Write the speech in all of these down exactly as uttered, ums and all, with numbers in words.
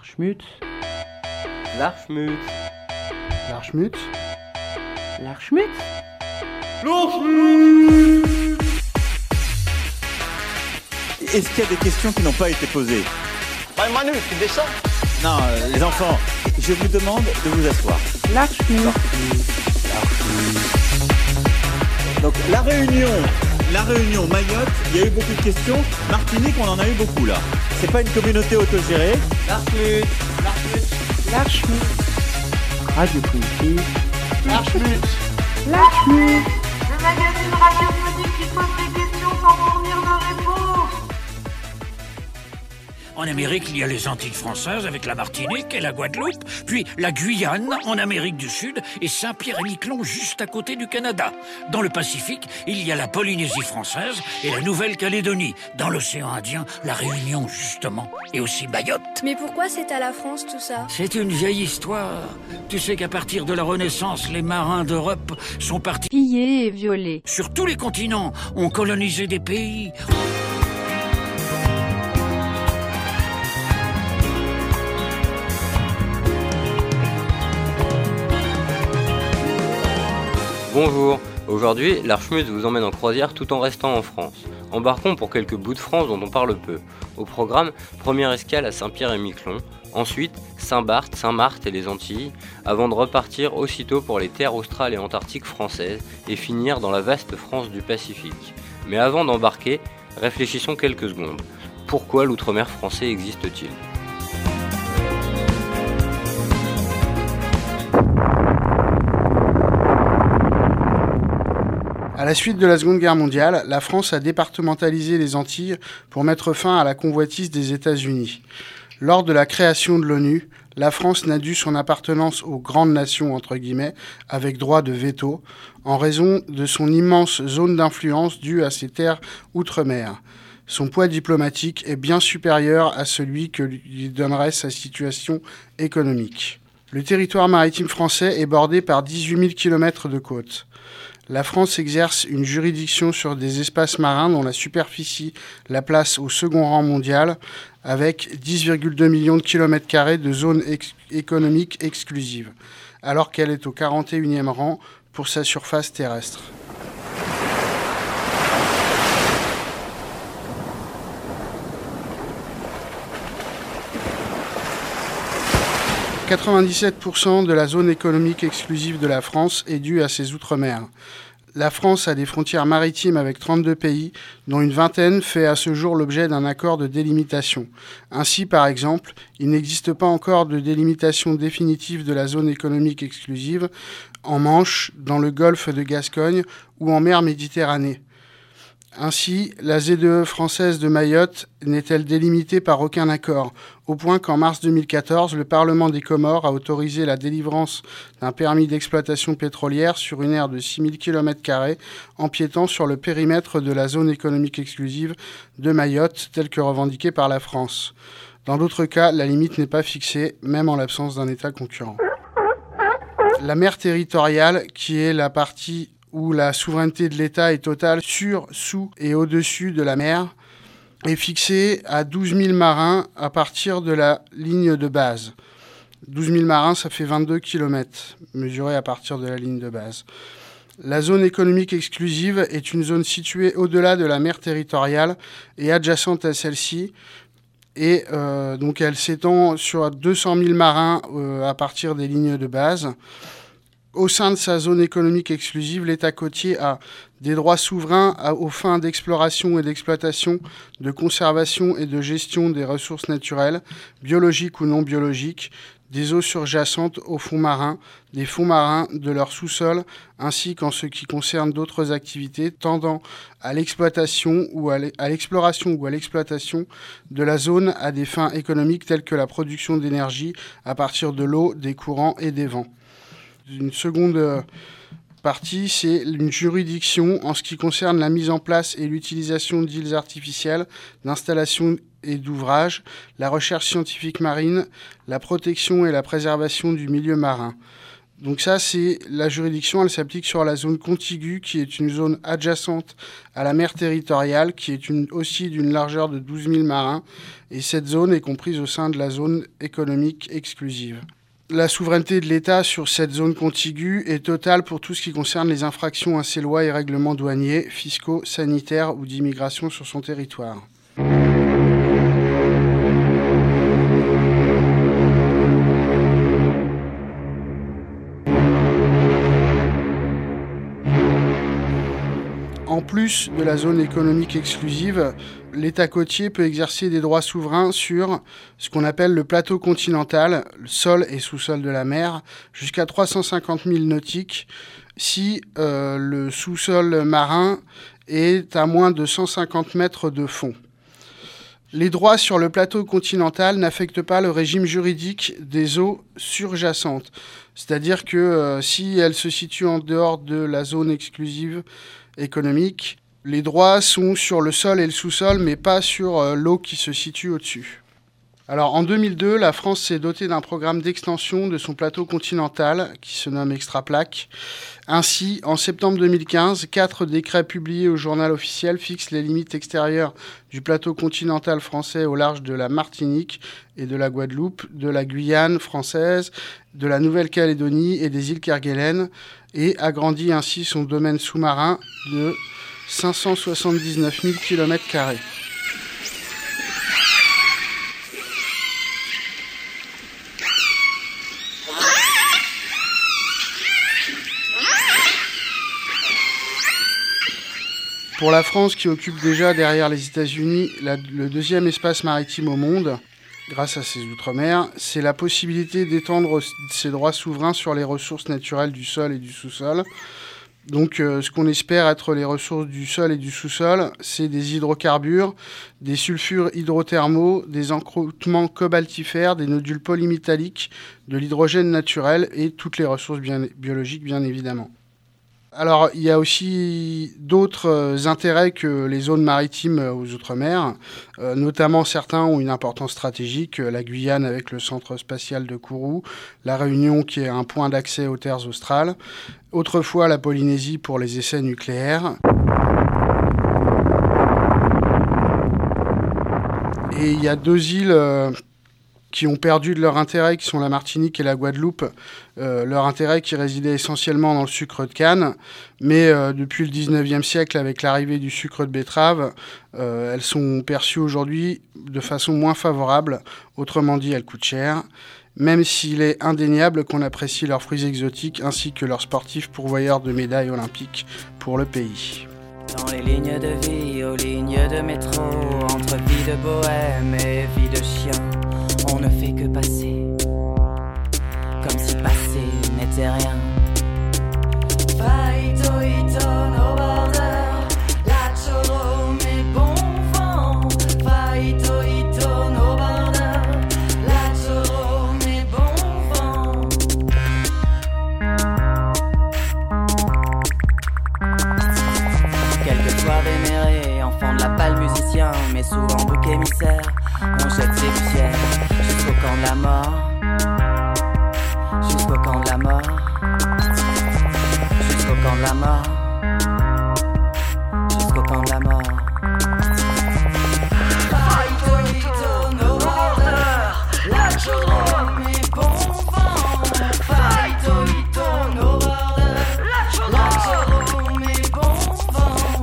L'Archmut. L'Archmut. L'Archmut. L'Archmut. L'Archmut. Est-ce qu'il y a des questions qui n'ont pas été posées? Bah, Manu, tu descends? Non, euh, les enfants, je vous demande de vous asseoir. L'Archmut. Donc la Réunion, la Réunion, Mayotte, il y a eu beaucoup de questions. Martinique, on en a eu beaucoup là. C'est pas une communauté autogérée. L'Archmut. L'Archmut. L'Archmut. Radio Politique. L'Archmut. L'Archmut. Le magazine radiophonique qui pose des questions sans fournir de réponse. En Amérique, il y a les Antilles françaises avec la Martinique et la Guadeloupe, puis la Guyane en Amérique du Sud et Saint-Pierre-et-Miquelon juste à côté du Canada. Dans le Pacifique, il y a la Polynésie française et la Nouvelle-Calédonie. Dans l'océan Indien, la Réunion justement, et aussi Mayotte. Mais pourquoi c'est à la France tout ça? C'est une vieille histoire. Tu sais qu'à partir de la Renaissance, les marins d'Europe sont partis pillés et violés. sur tous les continents, ont colonisé des pays. Bonjour, aujourd'hui l'Archmut vous emmène en croisière tout en restant en France. Embarquons pour quelques bouts de France dont on parle peu. Au programme, première escale à Saint-Pierre-et-Miquelon, ensuite Saint-Barth, Saint-Marthe et les Antilles, avant de repartir aussitôt pour les terres australes et antarctiques françaises et finir dans la vaste France du Pacifique. Mais avant d'embarquer, réfléchissons quelques secondes. Pourquoi l'outre-mer français existe-t-il ? À la suite de la Seconde Guerre mondiale, la France a départementalisé les Antilles pour mettre fin à la convoitise des États-Unis. Lors de la création de l'ONU, la France n'a dû son appartenance aux grandes nations, entre guillemets, avec droit de veto, en raison de son immense zone d'influence due à ses terres outre-mer. Son poids diplomatique est bien supérieur à celui que lui donnerait sa situation économique. Le territoire maritime français est bordé par dix-huit mille kilomètres de côte. La France exerce une juridiction sur des espaces marins dont la superficie la place au second rang mondial, avec dix virgule deux millions de kilomètres carrés de zone ex- économique exclusive, alors qu'elle est au quarante et unième rang pour sa surface terrestre. quatre-vingt-dix-sept pour cent de la zone économique exclusive de la France est due à ses outre-mer. La France a des frontières maritimes avec trente-deux pays, dont une vingtaine fait à ce jour l'objet d'un accord de délimitation. Ainsi, par exemple, il n'existe pas encore de délimitation définitive de la zone économique exclusive en Manche, dans le golfe de Gascogne ou en mer Méditerranée. Ainsi, la Z E E française de Mayotte n'est-elle délimitée par aucun accord, au point qu'en mars deux mille quatorze, le Parlement des Comores a autorisé la délivrance d'un permis d'exploitation pétrolière sur une aire de six mille kilomètres carrés, empiétant sur le périmètre de la zone économique exclusive de Mayotte, telle que revendiquée par la France. Dans d'autres cas, la limite n'est pas fixée, même en l'absence d'un État concurrent. La mer territoriale, qui est la partie où la souveraineté de l'État est totale sur, sous et au-dessus de la mer, est fixée à douze mille marins à partir de la ligne de base. douze mille marins, ça fait vingt-deux kilomètres, mesurés à partir de la ligne de base. La zone économique exclusive est une zone située au-delà de la mer territoriale et adjacente à celle-ci, et euh, donc elle s'étend sur deux cent mille marins euh, à partir des lignes de base. Au sein de sa zone économique exclusive, l'État côtier a des droits souverains aux fins d'exploration et d'exploitation, de conservation et de gestion des ressources naturelles, biologiques ou non biologiques, des eaux surjacentes aux fonds marins, des fonds marins, de leur sous-sol, ainsi qu'en ce qui concerne d'autres activités tendant à l'exploitation ou à l'exploration ou à l'exploitation de la zone à des fins économiques telles que la production d'énergie à partir de l'eau, des courants et des vents. Une seconde partie, c'est une juridiction en ce qui concerne la mise en place et l'utilisation d'îles artificielles, d'installations et d'ouvrages, la recherche scientifique marine, la protection et la préservation du milieu marin. Donc ça, c'est la juridiction, elle s'applique sur la zone contiguë, qui est une zone adjacente à la mer territoriale, qui est une, aussi d'une largeur de douze mille marins, et cette zone est comprise au sein de la zone économique exclusive. La souveraineté de l'État sur cette zone contiguë est totale pour tout ce qui concerne les infractions à ses lois et règlements douaniers, fiscaux, sanitaires ou d'immigration sur son territoire. En plus de la zone économique exclusive, l'État côtier peut exercer des droits souverains sur ce qu'on appelle le plateau continental, le sol et sous-sol de la mer, jusqu'à trois cent cinquante milles nautiques, si euh, le sous-sol marin est à moins de cent cinquante mètres de fond. Les droits sur le plateau continental n'affectent pas le régime juridique des eaux surjacentes, c'est-à-dire que euh, si elles se situent en dehors de la zone exclusive économique, les droits sont sur le sol et le sous-sol, mais pas sur euh, l'eau qui se situe au-dessus. Alors en deux mille deux, la France s'est dotée d'un programme d'extension de son plateau continental qui se nomme Extraplac. Ainsi, en septembre deux mille quinze, quatre décrets publiés au journal officiel fixent les limites extérieures du plateau continental français au large de la Martinique et de la Guadeloupe, de la Guyane française, de la Nouvelle-Calédonie et des îles Kerguelen, et agrandit ainsi son domaine sous-marin de cinq cent soixante-dix-neuf mille kilomètres carrés. Pour la France, qui occupe déjà derrière les États-Unis la, le deuxième espace maritime au monde, grâce à ses outre-mer, c'est la possibilité d'étendre ses droits souverains sur les ressources naturelles du sol et du sous-sol. Donc euh, ce qu'on espère être les ressources du sol et du sous-sol, c'est des hydrocarbures, des sulfures hydrothermaux, des encroûtements cobaltifères, des nodules polymétalliques, de l'hydrogène naturel et toutes les ressources bien, biologiques bien évidemment. Alors, il y a aussi d'autres intérêts que les zones maritimes aux Outre-mer. Euh, notamment, certains ont une importance stratégique. La Guyane avec le centre spatial de Kourou, la Réunion qui est un point d'accès aux terres australes. Autrefois, la Polynésie pour les essais nucléaires. Et il y a deux îles euh, qui ont perdu de leur intérêt, qui sont la Martinique et la Guadeloupe. Euh, leur intérêt qui résidait essentiellement dans le sucre de canne, mais euh, depuis le dix-neuvième siècle, avec l'arrivée du sucre de betterave, euh, elles sont perçues aujourd'hui de façon moins favorable. Autrement dit, elles coûtent cher, même s'il est indéniable qu'on apprécie leurs fruits exotiques ainsi que leurs sportifs pourvoyeurs de médailles olympiques pour le pays. Dans les lignes de vie, aux lignes de métro, entre vie de bohème et vie de chien, on ne fait que passer, comme si passer n'était rien. Faito ito no border, la choro mes bons vents. Faito ito no border, la choro mes bons vents. Quelquefois vénéré, enfant de la balle musicien, mais souvent bouc émissaire, on jette ses poussières jusqu'au camp de la mort. Jusqu'au camp de la mort, jusqu'au camp de la mort, jusqu'au camp de la mort. Faito ito no border, la choro mes bons vents. Faito ito no border, la choro mes bons vents.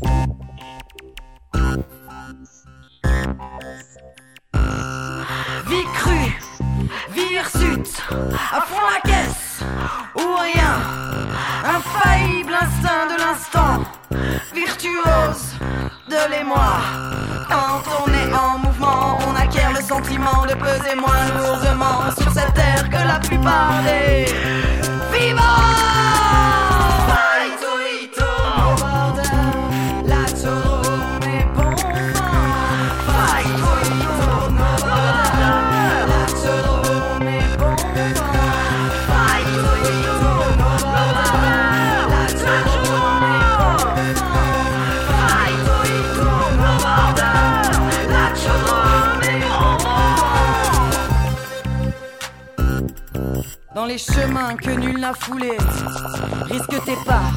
Vie crue, vie hirsute, à fond la caisse, ou rien, infaillible instinct de l'instant, virtuose de l'émoi. Quand on est en mouvement, on acquiert le sentiment de peser moins lourdement sur cette terre que la plupart des vivants. Faito ito no border, la choro mes bons vents. Faito ito no border, la choro mes bons vents. Faito ito no border, la choro mes bons vents. Faito ito no border, la choro mes bons vents. dans les chemins que nul n'a foulés. Risque tes pas.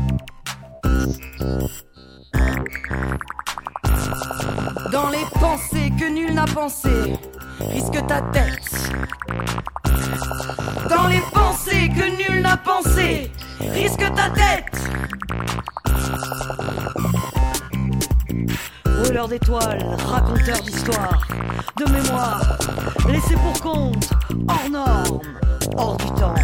Dans les pensées que nul n'a pensées. Risque ta tête. Dans les pensées que nul n'a pensées. Risque ta tête. Rouleur d'étoiles, raconteur d'histoire, de mémoire, laissé pour compte, hors norme, hors du temps.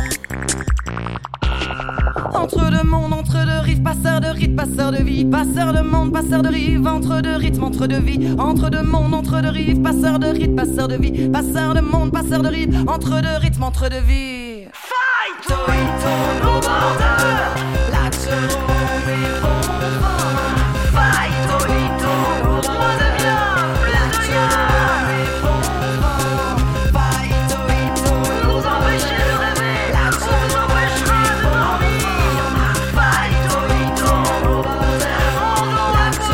Entre deux mondes, entre deux rives, passeur de rites, passeur de vie, passeur de monde, passeur de rive, entre deux rythmes, entre deux vies, entre deux mondes, entre deux rives, passeur de rites, passeur de vie, passeur de monde, passeur de rive, entre deux rythmes, entre deux vies. Fight, to it, no border, l'axe rond et bon vent. Fight, to it, no droit de bien, l'axe rond et bon vent. Fight, to it, no nous empêcher de rêver, l'axe nous empêchera de dormir. Fight, to it, no border, l'axe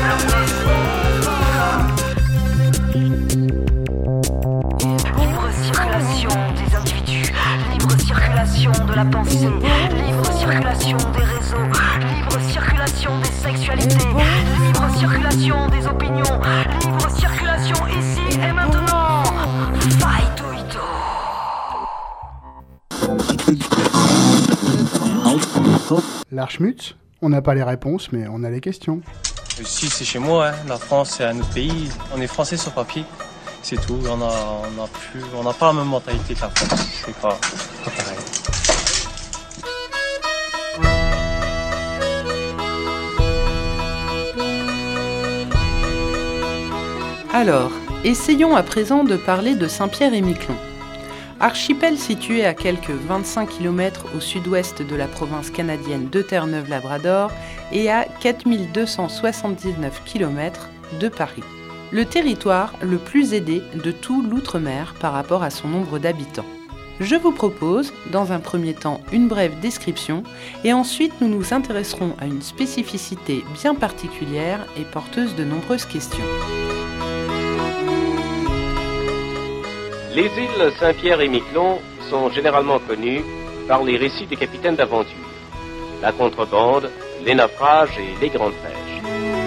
Libre circulation des individus, libre circulation de la pensée, libre circulation des réseaux, libre circulation des sexualités, libre circulation des opinions, libre circulation ici et maintenant. Fight Oito. L'Archmut, on n'a pas les réponses, mais on a les questions. Si c'est chez moi, hein. La France c'est un autre pays, on est français sur papier, c'est tout, on a, on a plus, on n'a pas la même mentalité que la France, c'est pas, pas pareil. Alors, essayons à présent de parler de Saint-Pierre-et-Miquelon. Archipel situé à quelques vingt-cinq kilomètres au sud-ouest de la province canadienne de Terre-Neuve-Labrador et à quatre mille deux cent soixante-dix-neuf kilomètres de Paris. Le territoire le plus aidé de tout l'outre-mer par rapport à son nombre d'habitants. Je vous propose, dans un premier temps, une brève description et ensuite nous nous intéresserons à une spécificité bien particulière et porteuse de nombreuses questions. Les îles Saint-Pierre et Miquelon sont généralement connues par les récits des capitaines d'aventure, la contrebande, les naufrages et les grandes pêches.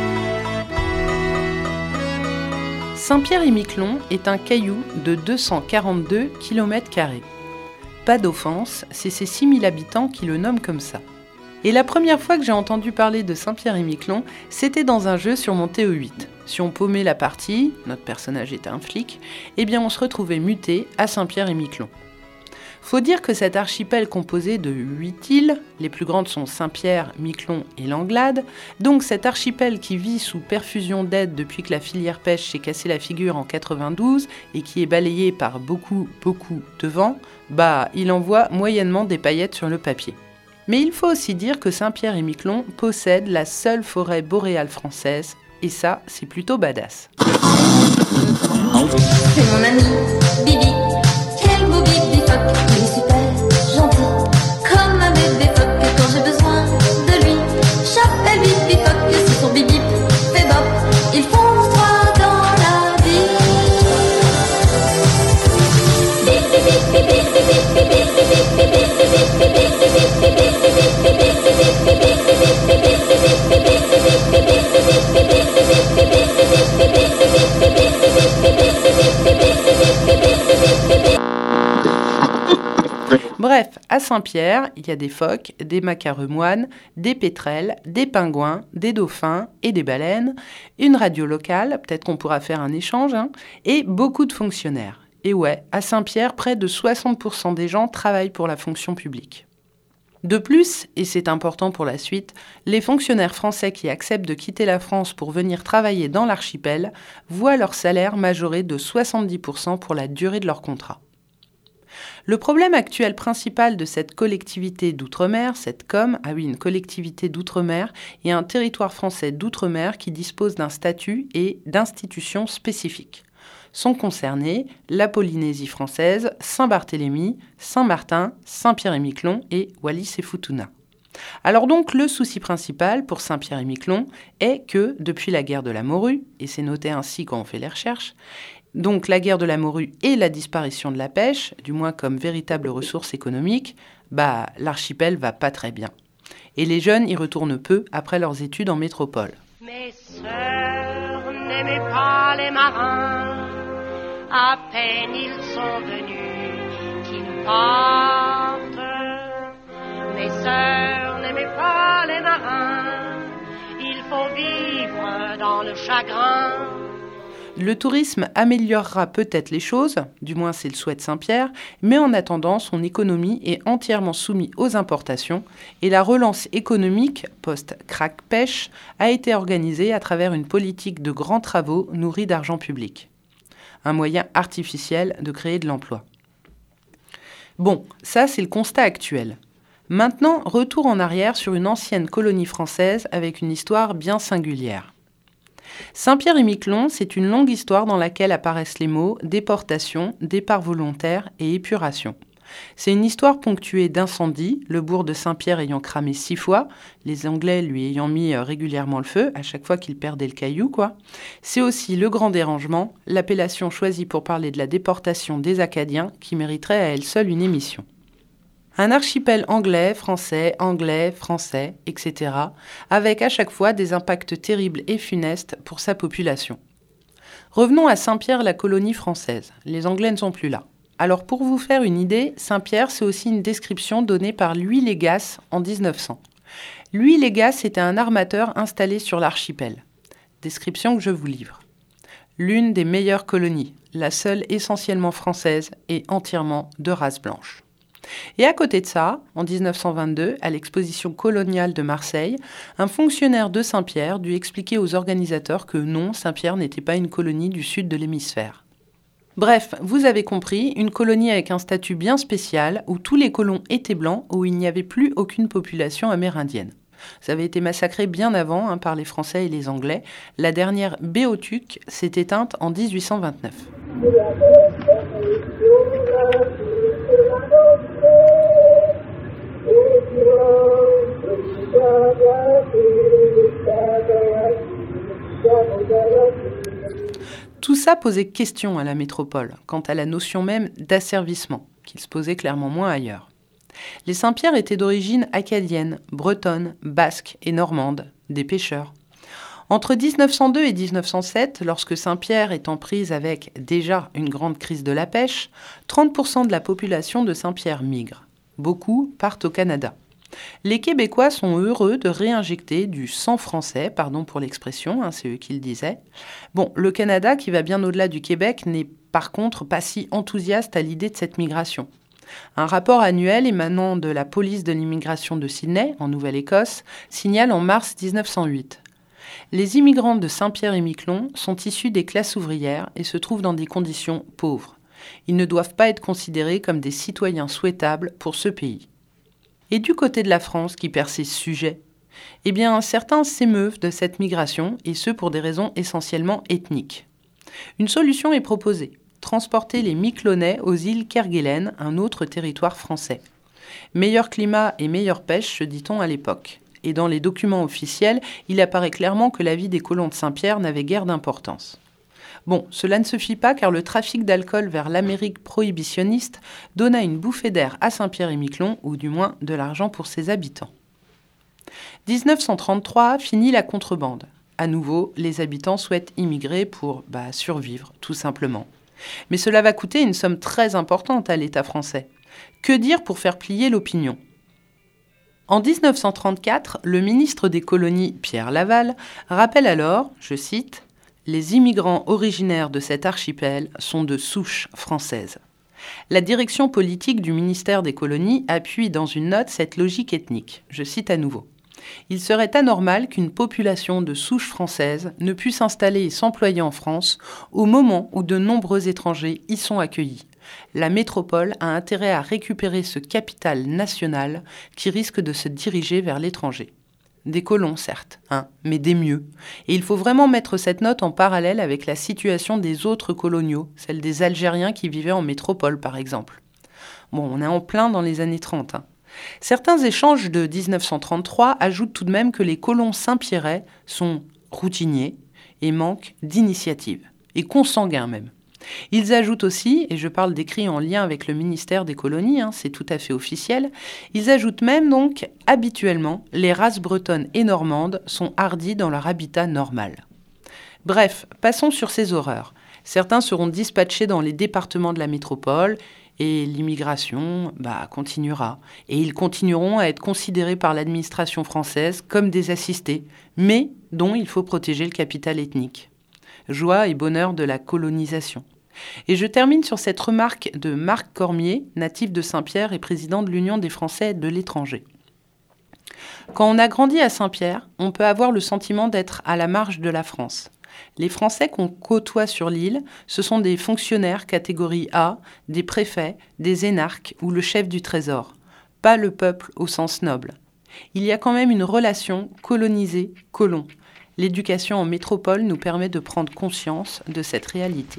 Saint-Pierre-et-Miquelon est un caillou de deux cent quarante-deux kilomètres carrés. Pas d'offense, c'est ses six mille habitants qui le nomment comme ça. Et la première fois que j'ai entendu parler de Saint-Pierre-et-Miquelon, c'était dans un jeu sur mon T E huit. Si on paumait la partie, notre personnage était un flic, eh bien on se retrouvait muté à Saint-Pierre-et-Miquelon. Faut dire que cet archipel composé de huit îles, les plus grandes sont Saint-Pierre, Miquelon et Langlade, donc cet archipel qui vit sous perfusion d'aide depuis que la filière pêche s'est cassé la figure en quatre-vingt-douze et qui est balayé par beaucoup, beaucoup de vent, bah il envoie moyennement des paillettes sur le papier. Mais il faut aussi dire que Saint-Pierre-et-Miquelon possède la seule forêt boréale française, et ça, c'est plutôt badass. C'est mon ami, Bibi. Quel beau Bibi phoque, il est super gentil. Comme un bébé phoque quand j'ai besoin de lui. J'appelle Bibi phoque, c'est son Bibi fait bop. Ils font droit dans la vie. Bibi, bibi, bibi, bibi, bibi, bibi, bibi, bibi, Bref, à Saint-Pierre, il y a des phoques, des macaremoines, des pétrels, des pingouins, des dauphins et des baleines, une radio locale, peut-être qu'on pourra faire un échange, hein, et beaucoup de fonctionnaires. Et ouais, à Saint-Pierre, près de soixante pour cent des gens travaillent pour la fonction publique. De plus, et c'est important pour la suite, les fonctionnaires français qui acceptent de quitter la France pour venir travailler dans l'archipel voient leur salaire majoré de soixante-dix pour cent pour la durée de leur contrat. Le problème actuel principal de cette collectivité d'outre-mer, cette C O M, ah oui, une collectivité d'outre-mer, est un territoire français d'outre-mer qui dispose d'un statut et d'institutions spécifiques. Sont concernés la Polynésie française, Saint-Barthélemy, Saint-Martin, Saint-Pierre-et-Miquelon et Wallis-et-Futuna. Alors donc, le souci principal pour Saint-Pierre-et-Miquelon est que, depuis la guerre de la Morue, et c'est noté ainsi quand on fait les recherches, Donc la guerre de la morue et la disparition de la pêche, du moins comme véritable ressource économique, bah l'archipel va pas très bien. Et les jeunes y retournent peu après leurs études en métropole. Mes sœurs, n'aimez pas les marins, à peine ils sont venus qu'ils partent. Mes sœurs, n'aimez pas les marins, il faut vivre dans le chagrin. Le tourisme améliorera peut-être les choses, du moins c'est le souhait de Saint-Pierre, mais en attendant, son économie est entièrement soumise aux importations et la relance économique, post-crack pêche, a été organisée à travers une politique de grands travaux nourris d'argent public. Un moyen artificiel de créer de l'emploi. Bon, ça c'est le constat actuel. Maintenant, retour en arrière sur une ancienne colonie française avec une histoire bien singulière. Saint-Pierre-et-Miquelon, c'est une longue histoire dans laquelle apparaissent les mots déportation, départ volontaire et épuration. C'est une histoire ponctuée d'incendies, le bourg de Saint-Pierre ayant cramé six fois, les Anglais lui ayant mis régulièrement le feu, à chaque fois qu'ils perdaient le caillou, quoi. C'est aussi le grand dérangement, l'appellation choisie pour parler de la déportation des Acadiens, qui mériterait à elle seule une émission. Un archipel anglais, français, anglais, français, et cetera, avec à chaque fois des impacts terribles et funestes pour sa population. Revenons à Saint-Pierre, la colonie française. Les Anglais ne sont plus là. Alors pour vous faire une idée, Saint-Pierre, c'est aussi une description donnée par Louis Légas en dix-neuf cents. Louis Légas était un armateur installé sur l'archipel. Description que je vous livre. L'une des meilleures colonies, la seule essentiellement française et entièrement de race blanche. Et à côté de ça, en dix-neuf cent vingt-deux, à l'exposition coloniale de Marseille, un fonctionnaire de Saint-Pierre dut expliquer aux organisateurs que non, Saint-Pierre n'était pas une colonie du sud de l'hémisphère. Bref, vous avez compris, une colonie avec un statut bien spécial, où tous les colons étaient blancs, où il n'y avait plus aucune population amérindienne. Ça avait été massacré bien avant hein, par les Français et les Anglais. La dernière Béotuc s'est éteinte en dix-huit cent vingt-neuf. Tout ça posait question à la métropole, quant à la notion même d'asservissement, qu'il se posait clairement moins ailleurs. Les Saint-Pierre étaient d'origine acadienne, bretonne, basque et normande, des pêcheurs. Entre dix-neuf cent deux et dix-neuf cent sept, lorsque Saint-Pierre est en prise avec déjà une grande crise de la pêche, trente pour cent de la population de Saint-Pierre migre. Beaucoup partent au Canada. Les Québécois sont heureux de réinjecter du sang français, pardon pour l'expression, hein, c'est eux qui le disaient. Bon, le Canada, qui va bien au-delà du Québec, n'est par contre pas si enthousiaste à l'idée de cette migration. Un rapport annuel émanant de la police de l'immigration de Sydney, en Nouvelle-Écosse, signale en mars dix-neuf cent huit. Les immigrants de Saint-Pierre-et-Miquelon sont issus des classes ouvrières et se trouvent dans des conditions pauvres. Ils ne doivent pas être considérés comme des citoyens souhaitables pour ce pays. Et du côté de la France, qui perd ses sujets, eh bien, certains s'émeuvent de cette migration, et ce pour des raisons essentiellement ethniques. Une solution est proposée, transporter les Miquelonais aux îles Kerguelen, un autre territoire français. Meilleur climat et meilleure pêche, se dit-on à l'époque. Et dans les documents officiels, il apparaît clairement que la vie des colons de Saint-Pierre n'avait guère d'importance. Bon, cela ne se fit pas car le trafic d'alcool vers l'Amérique prohibitionniste donna une bouffée d'air à Saint-Pierre-et-Miquelon, ou du moins de l'argent pour ses habitants. dix-neuf cent trente-trois finit la contrebande. À nouveau, les habitants souhaitent immigrer pour bah, survivre, tout simplement. Mais cela va coûter une somme très importante à l'État français. Que dire pour faire plier l'opinion ? En dix-neuf cent trente-quatre, le ministre des colonies, Pierre Laval, rappelle alors, je cite, « Les immigrants originaires de cet archipel sont de souche française ». La direction politique du ministère des colonies appuie dans une note cette logique ethnique. Je cite à nouveau. « Il serait anormal qu'une population de souche française ne puisse s'installer et s'employer en France au moment où de nombreux étrangers y sont accueillis. La métropole a intérêt à récupérer ce capital national qui risque de se diriger vers l'étranger. » Des colons, certes, hein, mais des mieux. Et il faut vraiment mettre cette note en parallèle avec la situation des autres coloniaux, celle des Algériens qui vivaient en métropole, par exemple. Bon, on est en plein dans les années trente. Hein. Certains échanges de dix-neuf cent trente-trois ajoutent tout de même que les colons saint-pierrais sont routiniers et manquent d'initiative, et consanguins même. Ils ajoutent aussi, et je parle d'écrits en lien avec le ministère des colonies, hein, c'est tout à fait officiel, ils ajoutent même donc, habituellement, les races bretonnes et normandes sont hardies dans leur habitat normal. Bref, passons sur ces horreurs. Certains seront dispatchés dans les départements de la métropole, et l'immigration bah, continuera. Et ils continueront à être considérés par l'administration française comme des assistés, mais dont il faut protéger le capital ethnique. Joie et bonheur de la colonisation. Et je termine sur cette remarque de Marc Cormier, natif de Saint-Pierre et président de l'Union des Français de l'étranger. Quand on a grandi à Saint-Pierre, on peut avoir le sentiment d'être à la marge de la France. Les Français qu'on côtoie sur l'île, ce sont des fonctionnaires catégorie A, des préfets, des énarques ou le chef du trésor, pas le peuple au sens noble. Il y a quand même une relation colonisé-colon. L'éducation en métropole nous permet de prendre conscience de cette réalité.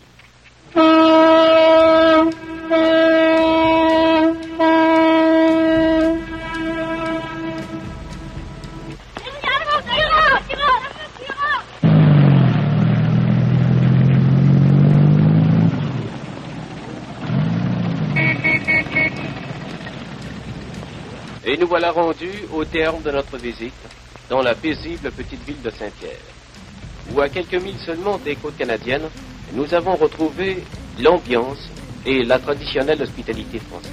Et nous voilà rendus au terme de notre visite dans la paisible petite ville de Saint-Pierre, où à quelques milles seulement des côtes canadiennes, nous avons retrouvé l'ambiance et la traditionnelle hospitalité française.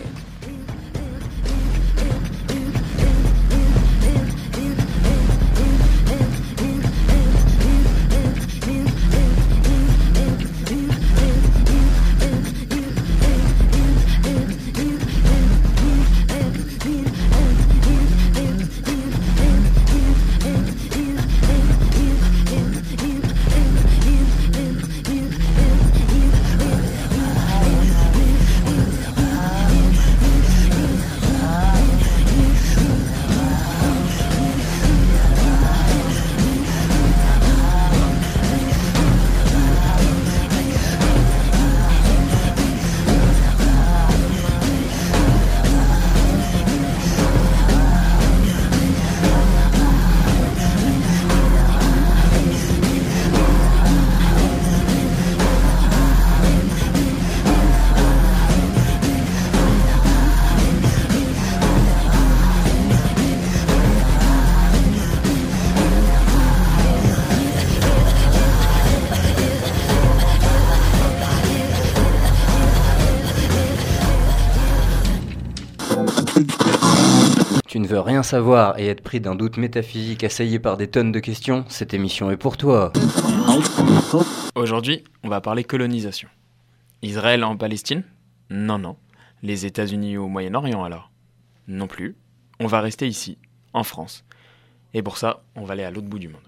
Tu ne veux rien savoir et être pris d'un doute métaphysique assailli par des tonnes de questions, cette émission est pour toi. Aujourd'hui, on va parler colonisation. Israël en Palestine ? Non, non. Les États-Unis au Moyen-Orient alors ? Non plus. On va rester ici, en France. Et pour ça, on va aller à l'autre bout du monde.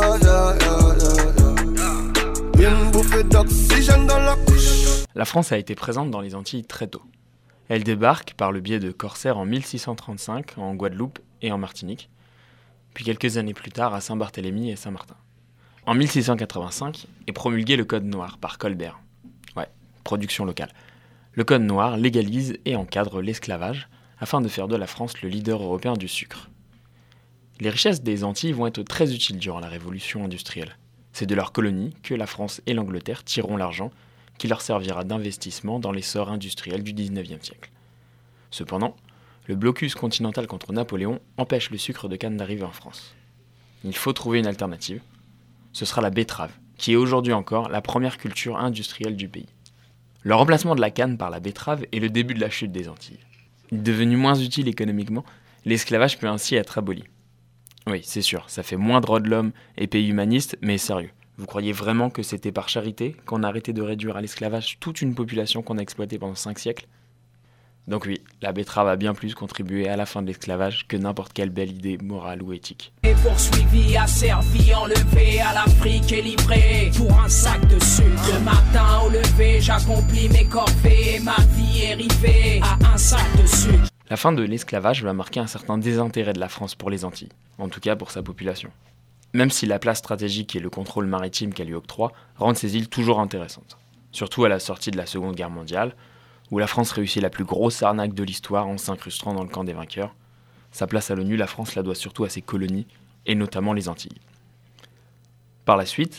La France a été présente dans les Antilles très tôt. Elle débarque par le biais de corsaires en mille six cent trente-cinq en Guadeloupe et en Martinique, puis quelques années plus tard à Saint-Barthélemy et Saint-Martin. En mille six cent quatre-vingt-cinq est promulgué le Code noir par Colbert. Ouais, production locale. Le Code noir légalise et encadre l'esclavage afin de faire de la France le leader européen du sucre. Les richesses des Antilles vont être très utiles durant la Révolution industrielle. C'est de leur colonie que la France et l'Angleterre tireront l'argent qui leur servira d'investissement dans l'essor industriel du dix-neuvième siècle. Cependant, le blocus continental contre Napoléon empêche le sucre de canne d'arriver en France. Il faut trouver une alternative. Ce sera la betterave, qui est aujourd'hui encore la première culture industrielle du pays. Le remplacement de la canne par la betterave est le début de la chute des Antilles. Devenu moins utile économiquement, l'esclavage peut ainsi être aboli. Oui, c'est sûr, ça fait moins droits de l'homme et pays humaniste, mais sérieux. Vous croyez vraiment que c'était par charité qu'on a arrêté de réduire à l'esclavage toute une population qu'on a exploitée pendant cinq siècles ? Donc oui, la betterave a bien plus contribué à la fin de l'esclavage que n'importe quelle belle idée morale ou éthique. Et poursuivi, asservi, enlevé, à l'Afrique et livré pour un sac de sucre. Le matin au lever, j'accomplis mes corvées et ma vie est rivée à un sac de sucre. La fin de l'esclavage va marquer un certain désintérêt de la France pour les Antilles, en tout cas pour sa population. Même si la place stratégique et le contrôle maritime qu'elle lui octroie rendent ces îles toujours intéressantes. Surtout à la sortie de la Seconde Guerre mondiale, où la France réussit la plus grosse arnaque de l'histoire en s'incrustant dans le camp des vainqueurs. Sa place à l'ONU, la France la doit surtout à ses colonies, et notamment les Antilles. Par la suite,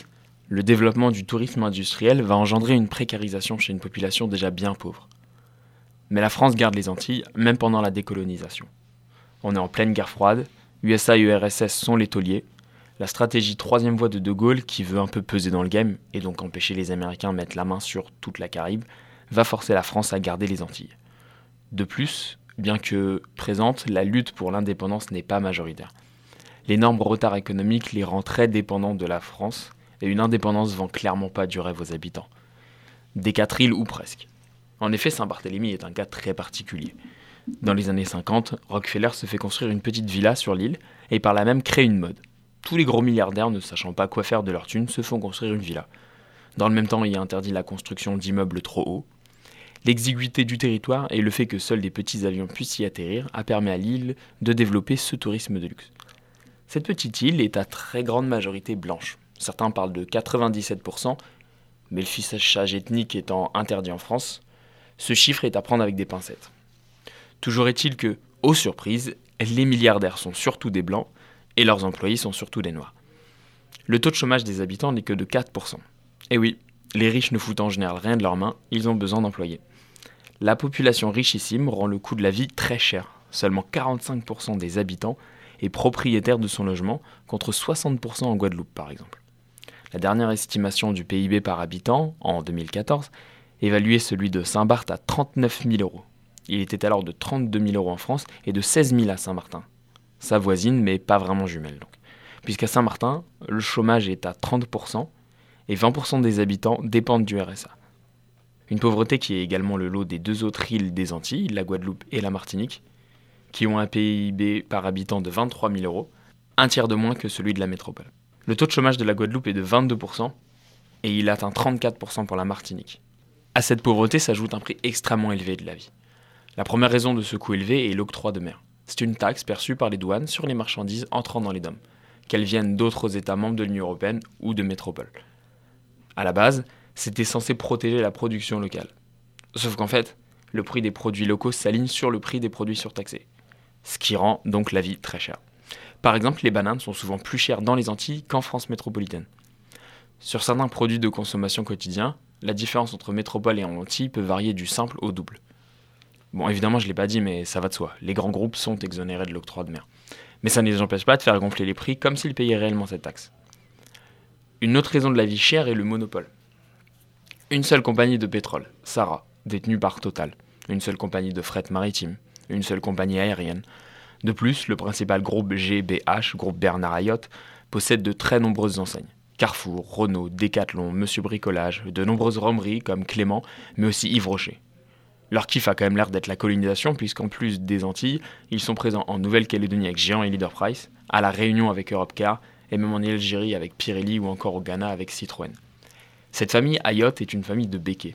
Le développement du tourisme industriel va engendrer une précarisation chez une population déjà bien pauvre. Mais la France garde les Antilles, même pendant la décolonisation. On est en pleine guerre froide, U S A et U R S S sont les tauliers. La stratégie troisième voie de De Gaulle, qui veut un peu peser dans le game, et donc empêcher les Américains de mettre la main sur toute la Caraïbe, va forcer la France à garder les Antilles. De plus, bien que présente, la lutte pour l'indépendance n'est pas majoritaire. L'énorme retard économique les rend très dépendants de la France, et une indépendance vend clairement pas du rêve aux habitants. Des quatre îles ou presque. En effet, Saint-Barthélemy est un cas très particulier. Dans les années cinquante, Rockefeller se fait construire une petite villa sur l'île, et par là même crée une mode. Tous les gros milliardaires, ne sachant pas quoi faire de leur thune, se font construire une villa. Dans le même temps, il interdit la construction d'immeubles trop hauts. L'exiguïté du territoire et le fait que seuls des petits avions puissent y atterrir a permis à l'île de développer ce tourisme de luxe. Cette petite île est à très grande majorité blanche. Certains parlent de quatre-vingt-dix-sept pour cent, mais le fichage ethnique étant interdit en France, ce chiffre est à prendre avec des pincettes. Toujours est-il que, aux surprises, les milliardaires sont surtout des blancs et leurs employés sont surtout des noirs. Le taux de chômage des habitants n'est que de quatre pour cent. Et oui, les riches ne foutent en général rien de leurs mains, ils ont besoin d'employés. La population richissime rend le coût de la vie très cher. Seulement quarante-cinq pour cent des habitants est propriétaire de son logement, contre soixante pour cent en Guadeloupe par exemple. La dernière estimation du P I B par habitant, en deux mille quatorze, évaluait celui de Saint-Barth à trente-neuf mille euros. Il était alors de trente-deux mille euros en France et de seize mille à Saint-Martin. Ça voisine, mais pas vraiment jumelle donc. Puisqu'à Saint-Martin, le chômage est à trente pour cent et vingt pour cent des habitants dépendent du R S A. Une pauvreté qui est également le lot des deux autres îles des Antilles, la Guadeloupe et la Martinique, qui ont un P I B par habitant de vingt-trois mille euros, un tiers de moins que celui de la métropole. Le taux de chômage de la Guadeloupe est de vingt-deux pour cent et il atteint trente-quatre pour cent pour la Martinique. À cette pauvreté s'ajoute un prix extrêmement élevé de la vie. La première raison de ce coût élevé est l'octroi de mer. C'est une taxe perçue par les douanes sur les marchandises entrant dans les D O M, qu'elles viennent d'autres États membres de l'Union européenne ou de métropole. À la base, c'était censé protéger la production locale. Sauf qu'en fait, le prix des produits locaux s'aligne sur le prix des produits surtaxés, ce qui rend donc la vie très chère. Par exemple, les bananes sont souvent plus chères dans les Antilles qu'en France métropolitaine. Sur certains produits de consommation quotidien, la différence entre métropole et Antilles peut varier du simple au double. Bon, évidemment, je ne l'ai pas dit, mais ça va de soi. Les grands groupes sont exonérés de l'octroi de mer. Mais ça ne les empêche pas de faire gonfler les prix comme s'ils payaient réellement cette taxe. Une autre raison de la vie chère est le monopole. Une seule compagnie de pétrole, Sara, détenue par Total. Une seule compagnie de fret maritime. Une seule compagnie aérienne. De plus, le principal groupe G B H, groupe Bernard Ayotte, possède de très nombreuses enseignes. Carrefour, Renault, Decathlon, Monsieur Bricolage, de nombreuses romeries comme Clément, mais aussi Yves Rocher. Leur kiff a quand même l'air d'être la colonisation, puisqu'en plus des Antilles, ils sont présents en Nouvelle-Calédonie avec Géant et Leader Price, à La Réunion avec Europcar, et même en Algérie avec Pirelli ou encore au Ghana avec Citroën. Cette famille Ayotte est une famille de béquets.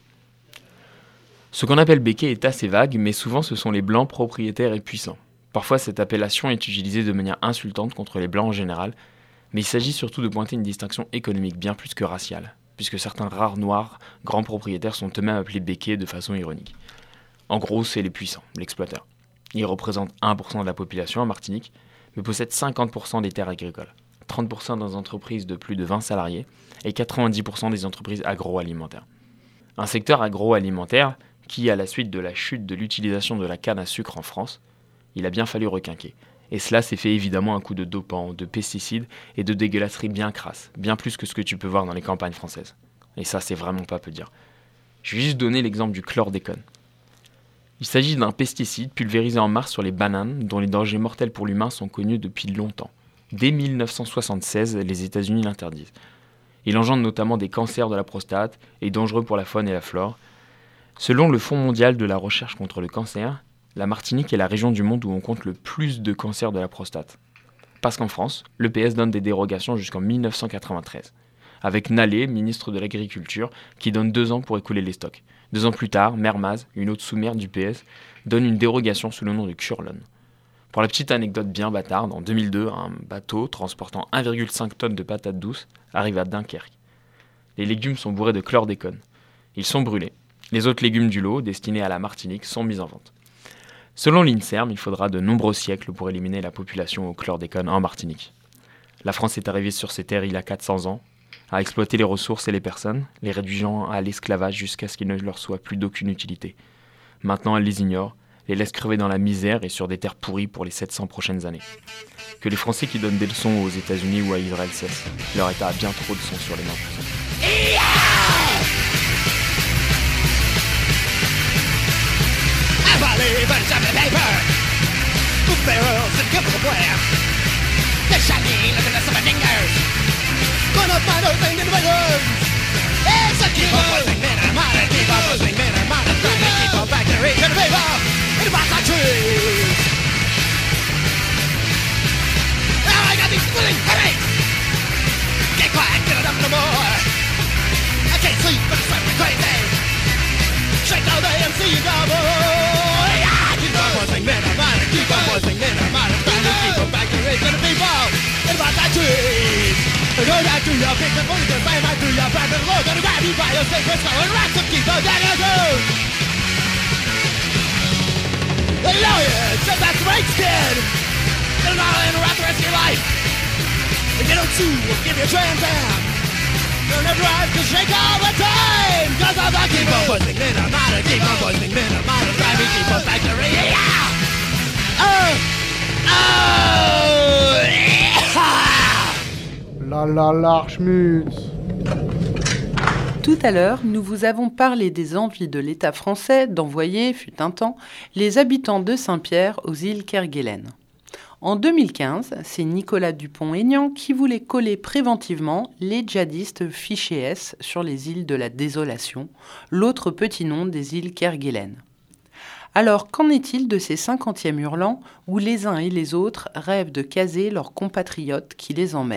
Ce qu'on appelle béquet est assez vague, mais souvent ce sont les blancs propriétaires et puissants. Parfois cette appellation est utilisée de manière insultante contre les blancs en général, mais il s'agit surtout de pointer une distinction économique bien plus que raciale, puisque certains rares noirs, grands propriétaires sont eux-mêmes appelés béquets de façon ironique. En gros, c'est les puissants, l'exploiteur. Ils représentent un pour cent de la population en Martinique, mais possèdent cinquante pour cent des terres agricoles, trente pour cent des entreprises de plus de vingt salariés et quatre-vingt-dix pour cent des entreprises agroalimentaires. Un secteur agroalimentaire qui, à la suite de la chute de l'utilisation de la canne à sucre en France, il a bien fallu requinquer. Et cela s'est fait évidemment à coup de dopants, de pesticides et de dégueulasseries bien crasses, bien plus que ce que tu peux voir dans les campagnes françaises. Et ça, c'est vraiment pas peu dire. Je vais juste donner l'exemple du chlordécone. Il s'agit d'un pesticide pulvérisé en mars sur les bananes, dont les dangers mortels pour l'humain sont connus depuis longtemps. Dès mille neuf cent soixante-seize, les États-Unis l'interdisent. Il engendre notamment des cancers de la prostate et est dangereux pour la faune et la flore. Selon le Fonds mondial de la recherche contre le cancer, la Martinique est la région du monde où on compte le plus de cancers de la prostate. Parce qu'en France, l'E P S donne des dérogations jusqu'en mille neuf cent quatre-vingt-treize. Avec Nallet, ministre de l'Agriculture, qui donne deux ans pour écouler les stocks. Deux ans plus tard, Mermaz, une autre sous-mère du P S, donne une dérogation sous le nom de Curlon. Pour la petite anecdote bien bâtarde, en deux mille deux, un bateau transportant un virgule cinq tonnes de patates douces arrive à Dunkerque. Les légumes sont bourrés de chlordécone. Ils sont brûlés. Les autres légumes du lot, destinés à la Martinique, sont mis en vente. Selon l'INSERM, il faudra de nombreux siècles pour éliminer la population au chlordécone en Martinique. La France est arrivée sur ces terres il y a quatre cents ans, à exploiter les ressources et les personnes, les réduisant à l'esclavage jusqu'à ce qu'il ne leur soit plus d'aucune utilité. Maintenant, elle les ignore, les laisse crever dans la misère et sur des terres pourries pour les sept cents prochaines années. Que les Français qui donnent des leçons aux États-Unis ou à Israël cessent. Leur État a bien trop de sang sur les mains. Get quiet, get it up no more. I can't sleep, but it's driving me crazy. Shake all day and see you go, boy. Yeah, keep on voicing men of mine, keep on voicing men of mine. Trying to keep them back to it, gonna be ball. And about that trees. Go down to your pick, the money can bang back to your back. And the Lord gonna grab you by your sacred skull and rock some keep on down your toes. The lawyer says that's right, kid. Get it all in around the rest of your life. If you don't sue, we'll give you a trans am. You'll never have to shake all the time. Cause I'm not keep on buzzing, men are mine. Keep on buzzing, men are mine. Drive me, keep on factory. Yeah! Oh! Oh! La la l'Archmutz. Tout à l'heure, nous vous avons parlé des envies de l'État français d'envoyer, fut un temps, les habitants de Saint-Pierre aux îles Kerguelen. En deux mille quinze, c'est Nicolas Dupont-Aignan qui voulait coller préventivement les djihadistes fichés S sur les îles de la Désolation, l'autre petit nom des îles Kerguelen. Alors, qu'en est-il de ces cinquantièmes hurlants où les uns et les autres rêvent de caser leurs compatriotes qui les emmerdent ?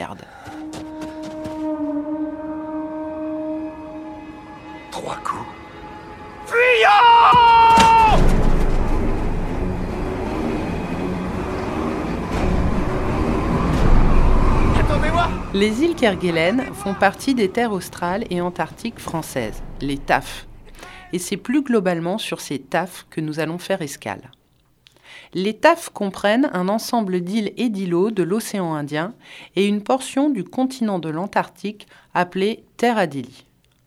Trois coups. Fuyons! Les îles Kerguelen font partie des terres australes et antarctiques françaises, les T A F. Et c'est plus globalement sur ces T A F que nous allons faire escale. Les T A F comprennent un ensemble d'îles et d'îlots de l'océan Indien et une portion du continent de l'Antarctique appelée Terre Adélie.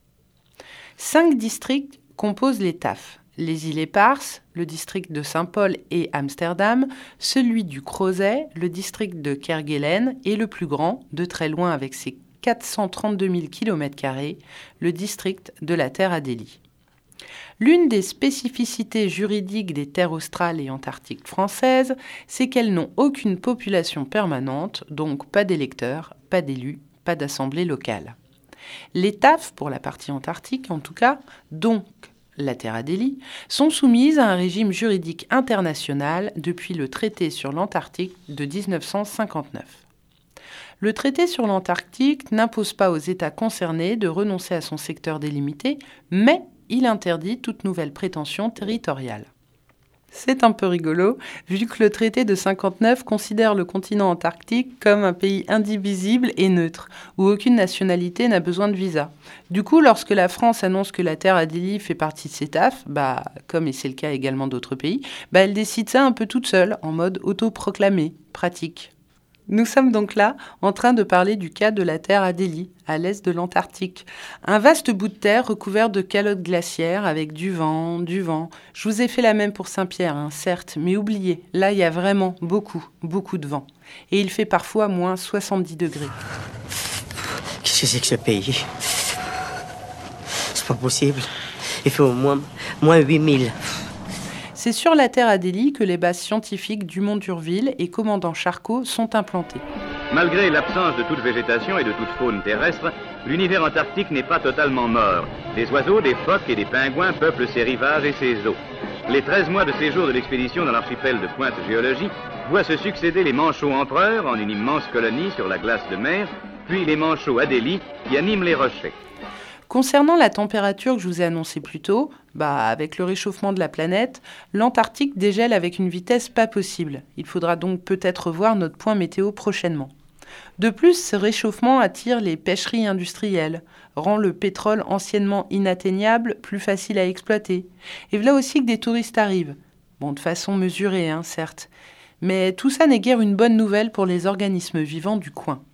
Cinq districts composent les T A F. Les îles Éparses, le district de Saint-Paul et Amsterdam, celui du Crozet, le district de Kerguelen et le plus grand, de très loin avec ses quatre cent trente-deux mille kilomètres carrés, le district de la Terre Adélie. L'une des spécificités juridiques des terres australes et antarctiques françaises, c'est qu'elles n'ont aucune population permanente, donc pas d'électeurs, pas d'élus, pas d'assemblée locale. Les T A F, pour la partie antarctique en tout cas, donc la Terre Adélie, sont soumises à un régime juridique international depuis le traité sur l'Antarctique de dix-neuf cent cinquante-neuf. Le traité sur l'Antarctique n'impose pas aux États concernés de renoncer à son secteur délimité, mais il interdit toute nouvelle prétention territoriale. C'est un peu rigolo, vu que le traité de cinquante-neuf considère le continent antarctique comme un pays indivisible et neutre, où aucune nationalité n'a besoin de visa. Du coup, lorsque la France annonce que la Terre Adélie fait partie de ses T A F, bah, comme et c'est le cas également d'autres pays, bah, elle décide ça un peu toute seule, en mode autoproclamé, pratique. Nous sommes donc là en train de parler du cas de la Terre Adélie, à l'est de l'Antarctique. Un vaste bout de terre recouvert de calottes glaciaires avec du vent, du vent. Je vous ai fait la même pour Saint-Pierre, hein, certes, mais oubliez, là il y a vraiment beaucoup, beaucoup de vent. Et il fait parfois moins soixante-dix degrés. Qu'est-ce que c'est que ce pays? C'est pas possible. Il fait au moins, moins huit mille. C'est sur la Terre Adélie que les bases scientifiques Dumont d'Urville et Commandant Charcot sont implantées. Malgré l'absence de toute végétation et de toute faune terrestre, l'univers antarctique n'est pas totalement mort. Des oiseaux, des phoques et des pingouins peuplent ses rivages et ses eaux. Les treize mois de séjour de l'expédition dans l'archipel de Pointe Géologie voient se succéder les manchots empereurs en une immense colonie sur la glace de mer, puis les manchots Adélie qui animent les rochers. Concernant la température que je vous ai annoncée plus tôt, bah, avec le réchauffement de la planète, l'Antarctique dégèle avec une vitesse pas possible. Il faudra donc peut-être revoir notre point météo prochainement. De plus, ce réchauffement attire les pêcheries industrielles, rend le pétrole anciennement inatteignable plus facile à exploiter. Et voilà aussi que des touristes arrivent. Bon, de façon mesurée, hein, certes. Mais tout ça n'est guère une bonne nouvelle pour les organismes vivants du coin.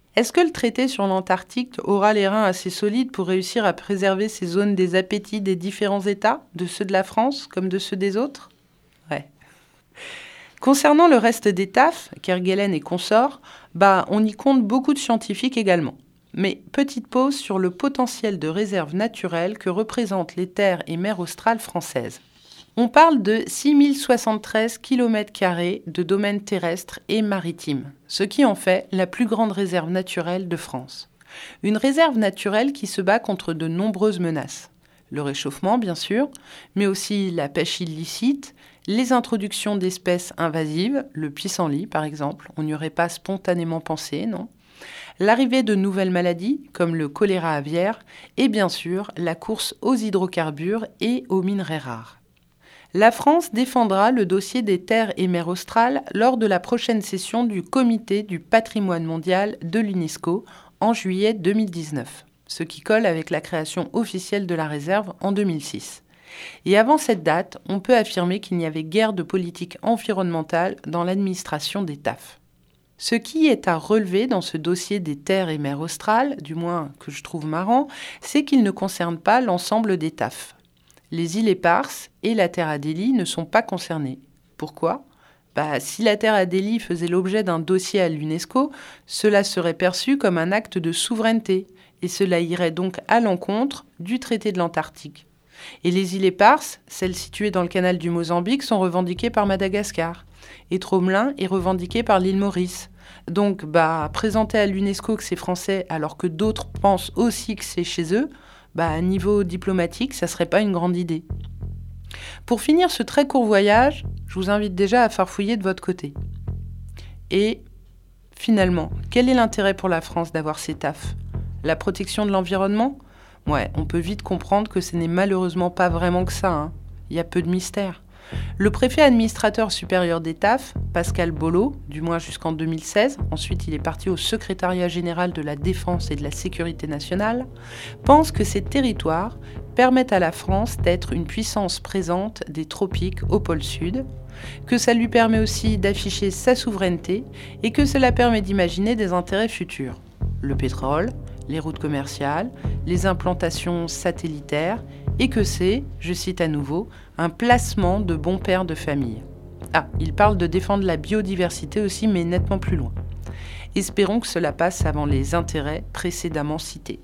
Est-ce que le traité sur l'Antarctique aura les reins assez solides pour réussir à préserver ces zones des appétits des différents États, de ceux de la France comme de ceux des autres ? Ouais. Concernant le reste des T A F, Kerguelen et consorts, bah, on y compte beaucoup de scientifiques également. Mais petite pause sur le potentiel de réserve naturelle que représentent les terres et mers australes françaises. On parle de six mille soixante-treize kilomètres carrés de domaines terrestres et maritimes, ce qui en fait la plus grande réserve naturelle de France. Une réserve naturelle qui se bat contre de nombreuses menaces. Le réchauffement, bien sûr, mais aussi la pêche illicite, les introductions d'espèces invasives, le pissenlit par exemple, on n'y aurait pas spontanément pensé, non ? L'arrivée de nouvelles maladies, comme le choléra aviaire, et bien sûr la course aux hydrocarbures et aux minerais rares. La France défendra le dossier des terres et mers australes lors de la prochaine session du Comité du patrimoine mondial de l'UNESCO en juillet deux mille dix-neuf, ce qui colle avec la création officielle de la réserve en deux mille six. Et avant cette date, on peut affirmer qu'il n'y avait guère de politique environnementale dans l'administration des T A F. Ce qui est à relever dans ce dossier des terres et mers australes, du moins que je trouve marrant, c'est qu'il ne concerne pas l'ensemble des T A F. Les îles Éparses et la terre Adélie ne sont pas concernées. Pourquoi ? Bah, si la terre Adélie faisait l'objet d'un dossier à l'UNESCO, cela serait perçu comme un acte de souveraineté, et cela irait donc à l'encontre du traité de l'Antarctique. Et les îles Éparses, celles situées dans le canal du Mozambique, sont revendiquées par Madagascar. Et Tromelin est revendiqué par l'île Maurice. Donc, bah, présenter à l'UNESCO que c'est français alors que d'autres pensent aussi que c'est chez eux, bah, à niveau diplomatique, ça serait pas une grande idée. Pour finir ce très court voyage, je vous invite déjà à farfouiller de votre côté. Et finalement, quel est l'intérêt pour la France d'avoir ces T A F ? La protection de l'environnement ? Ouais, on peut vite comprendre que ce n'est malheureusement pas vraiment que ça, hein. Il y a peu de mystère. Le préfet administrateur supérieur des T A F, Pascal Bollot, du moins jusqu'en deux mille seize, ensuite il est parti au secrétariat général de la Défense et de la Sécurité nationale, pense que ces territoires permettent à la France d'être une puissance présente des tropiques au pôle sud, que ça lui permet aussi d'afficher sa souveraineté et que cela permet d'imaginer des intérêts futurs. Le pétrole, les routes commerciales, les implantations satellitaires, et que c'est, je cite à nouveau, un placement de bons pères de famille. Ah, il parle de défendre la biodiversité aussi, mais nettement plus loin. Espérons que cela passe avant les intérêts précédemment cités.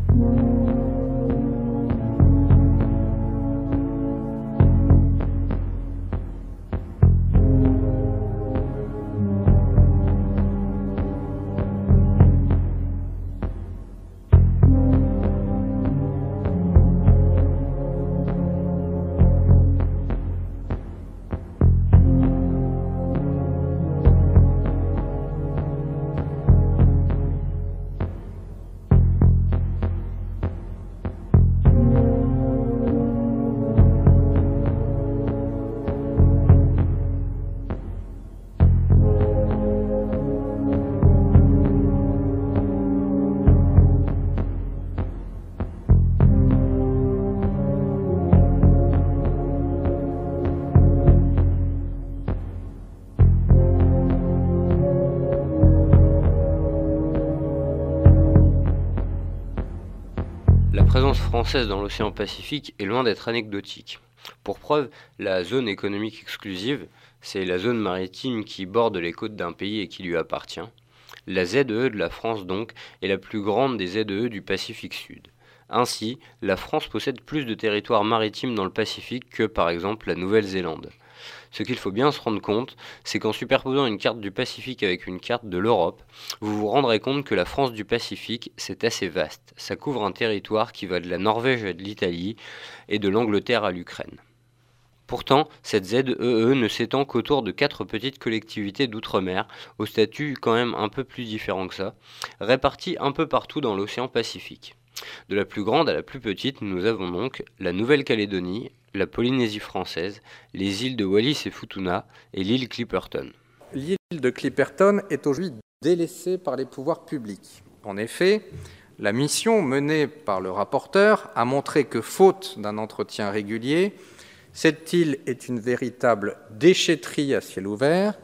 La présence française dans l'océan Pacifique est loin d'être anecdotique. Pour preuve, la zone économique exclusive, c'est la zone maritime qui borde les côtes d'un pays et qui lui appartient. La Z E E de la France donc est la plus grande des Z E E du Pacifique Sud. Ainsi, la France possède plus de territoires maritimes dans le Pacifique que par exemple la Nouvelle-Zélande. Ce qu'il faut bien se rendre compte, c'est qu'en superposant une carte du Pacifique avec une carte de l'Europe, vous vous rendrez compte que la France du Pacifique, c'est assez vaste. Ça couvre un territoire qui va de la Norvège à de l'Italie et de l'Angleterre à l'Ukraine. Pourtant, cette Z E E ne s'étend qu'autour de quatre petites collectivités d'outre-mer, au statut quand même un peu plus différent que ça, réparties un peu partout dans l'océan Pacifique. De la plus grande à la plus petite, nous avons donc la Nouvelle-Calédonie, la Polynésie française, les îles de Wallis et Futuna et l'île Clipperton. L'île de Clipperton est aujourd'hui délaissée par les pouvoirs publics. En effet, la mission menée par le rapporteur a montré que, faute d'un entretien régulier, cette île est une véritable déchetterie à ciel ouvert,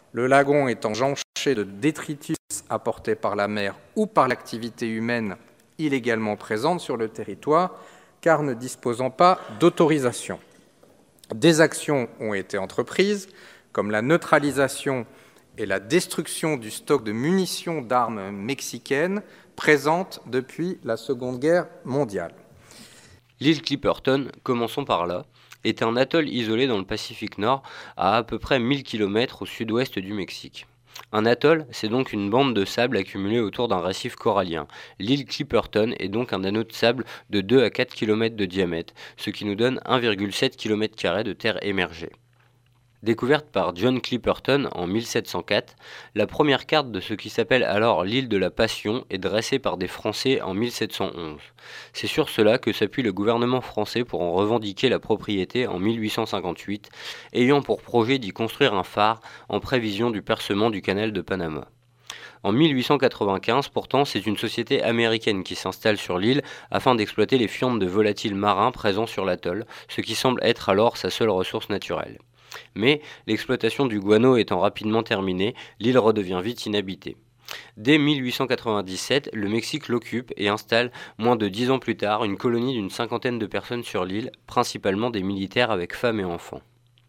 Le lagon étant jonché de détritus apportés par la mer ou par l'activité humaine illégalement présente sur le territoire, car ne disposant pas d'autorisation. Des actions ont été entreprises, comme la neutralisation et la destruction du stock de munitions d'armes mexicaines présentes depuis la Seconde Guerre mondiale. L'île Clipperton, commençons par là, est un atoll isolé dans le Pacifique Nord, à à peu près mille kilomètres au sud-ouest du Mexique. Un atoll, c'est donc une bande de sable accumulée autour d'un récif corallien. L'île Clipperton est donc un anneau de sable de deux à quatre kilomètres de diamètre, ce qui nous donne un virgule sept kilomètres carrés de terre émergée. Découverte par John Clipperton en mille sept cent quatre, la première carte de ce qui s'appelle alors l'île de la Passion est dressée par des Français en mille sept cent onze. C'est sur cela que s'appuie le gouvernement français pour en revendiquer la propriété en mille huit cent cinquante-huit, ayant pour projet d'y construire un phare en prévision du percement du canal de Panama. En mille huit cent quatre-vingt-quinze, pourtant, c'est une société américaine qui s'installe sur l'île afin d'exploiter les fientes de volatiles marins présents sur l'atoll, ce qui semble être alors sa seule ressource naturelle. Mais l'exploitation du guano étant rapidement terminée, l'île redevient vite inhabitée. Dès mille huit cent quatre-vingt-dix-sept, le Mexique l'occupe et installe, moins de dix ans plus tard, une colonie d'une cinquantaine de personnes sur l'île, principalement des militaires avec femmes et enfants.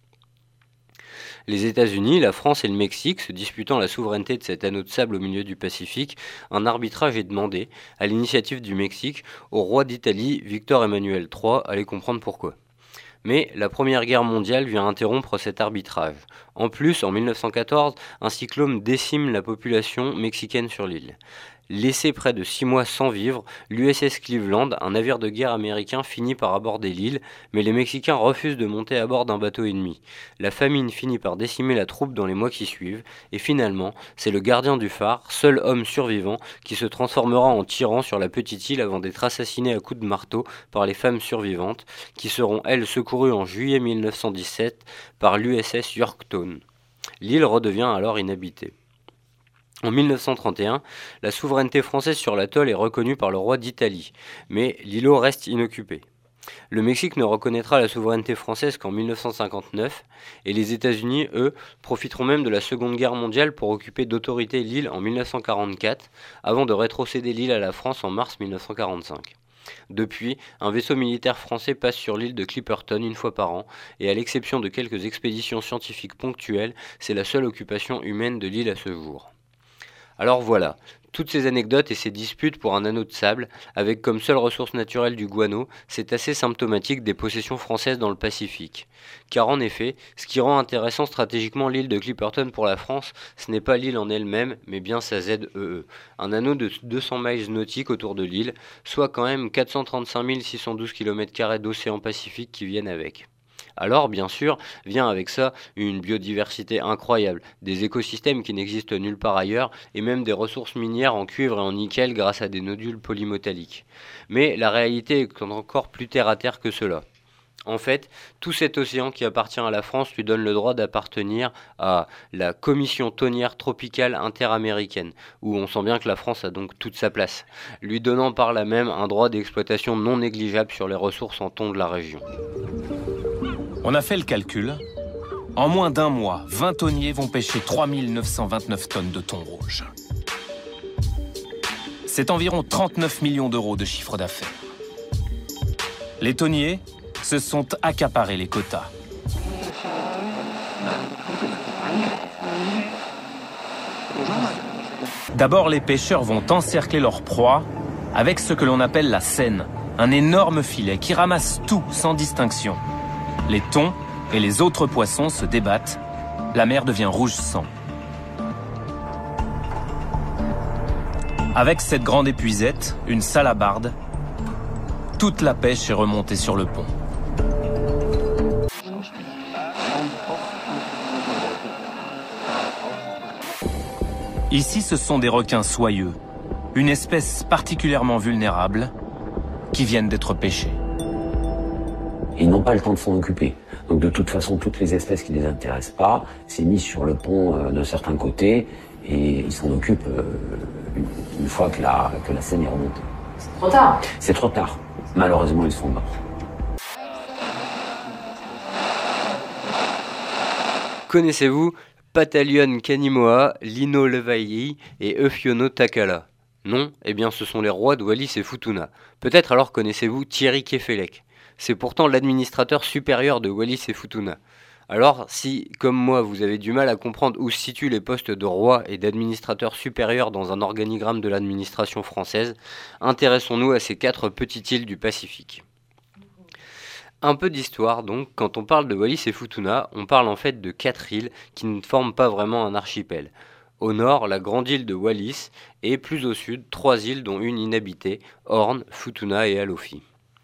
Les États-Unis, la France et le Mexique, se disputant la souveraineté de cet anneau de sable au milieu du Pacifique, un arbitrage est demandé, à l'initiative du Mexique, au roi d'Italie, Victor Emmanuel trois, allez comprendre pourquoi. Mais la Première Guerre mondiale vient interrompre cet arbitrage. En plus, en mille neuf cent quatorze, un cyclone décime la population mexicaine sur l'île. Laissé près de six mois sans vivre, l'U S S Cleveland, un navire de guerre américain, finit par aborder l'île, mais les Mexicains refusent de monter à bord d'un bateau ennemi. La famine finit par décimer la troupe dans les mois qui suivent, et finalement, c'est le gardien du phare, seul homme survivant, qui se transformera en tyran sur la petite île avant d'être assassiné à coups de marteau par les femmes survivantes, qui seront elles secourues en juillet mille neuf cent dix-sept par l'U S S Yorktown. L'île redevient alors inhabitée. En mille neuf cent trente et un, la souveraineté française sur l'atoll est reconnue par le roi d'Italie, mais l'îlot reste inoccupé. Le Mexique ne reconnaîtra la souveraineté française qu'en mille neuf cent cinquante-neuf, et les États-Unis, eux, profiteront même de la Seconde Guerre mondiale pour occuper d'autorité l'île en mille neuf cent quarante-quatre, avant de rétrocéder l'île à la France en mars mille neuf cent quarante-cinq. Depuis, un vaisseau militaire français passe sur l'île de Clipperton une fois par an, et à l'exception de quelques expéditions scientifiques ponctuelles, c'est la seule occupation humaine de l'île à ce jour. Alors voilà, toutes ces anecdotes et ces disputes pour un anneau de sable, avec comme seule ressource naturelle du guano, c'est assez symptomatique des possessions françaises dans le Pacifique. Car en effet, ce qui rend intéressant stratégiquement l'île de Clipperton pour la France, ce n'est pas l'île en elle-même, mais bien sa Z E E. Un anneau de deux cents miles nautiques autour de l'île, soit quand même quatre cent trente-cinq mille six cent douze kilomètres carrés d'océan Pacifique qui viennent avec. Alors, bien sûr, vient avec ça une biodiversité incroyable, des écosystèmes qui n'existent nulle part ailleurs, et même des ressources minières en cuivre et en nickel grâce à des nodules polymétalliques. Mais la réalité est encore plus terre-à-terre que cela. En fait, tout cet océan qui appartient à la France lui donne le droit d'appartenir à la Commission tonnière tropicale interaméricaine, où on sent bien que la France a donc toute sa place, lui donnant par là même un droit d'exploitation non négligeable sur les ressources en thon de la région. On a fait le calcul. En moins d'un mois, vingt tonniers vont pêcher trois mille neuf cent vingt-neuf tonnes de thon rouge. C'est environ trente-neuf millions d'euros de chiffre d'affaires. Les tonniers se sont accaparés les quotas. D'abord, les pêcheurs vont encercler leur proie avec ce que l'on appelle la seine, un énorme filet qui ramasse tout sans distinction. Les thons et les autres poissons se débattent. La mer devient rouge sang. Avec cette grande épuisette, une salabarde, toute la pêche est remontée sur le pont. Ici, ce sont des requins soyeux, une espèce particulièrement vulnérable, qui viennent d'être pêchés. Ils n'ont pas le temps de s'en occuper. Donc de toute façon, toutes les espèces qui ne les intéressent pas, c'est mis sur le pont euh, d'un certain côté et ils s'en occupent euh, une, une fois que la, que la Seine est remontée. C'est trop tard. C'est trop tard. Malheureusement, ils sont morts. Connaissez-vous Patalion Kanimoa, Lino Levailli et Eufiono Takala. Non, eh bien ce sont les rois de Wallis et Futuna. Peut-être alors connaissez-vous Thierry Kefelec. C'est pourtant l'administrateur supérieur de Wallis et Futuna. Alors, si, comme moi, vous avez du mal à comprendre où se situent les postes de roi et d'administrateur supérieur dans un organigramme de l'administration française, intéressons-nous à ces quatre petites îles du Pacifique. Un peu d'histoire donc, quand on parle de Wallis et Futuna, on parle en fait de quatre îles qui ne forment pas vraiment un archipel. Au nord, la grande île de Wallis et plus au sud, trois îles dont une inhabitée, Horn, Futuna et Alofi.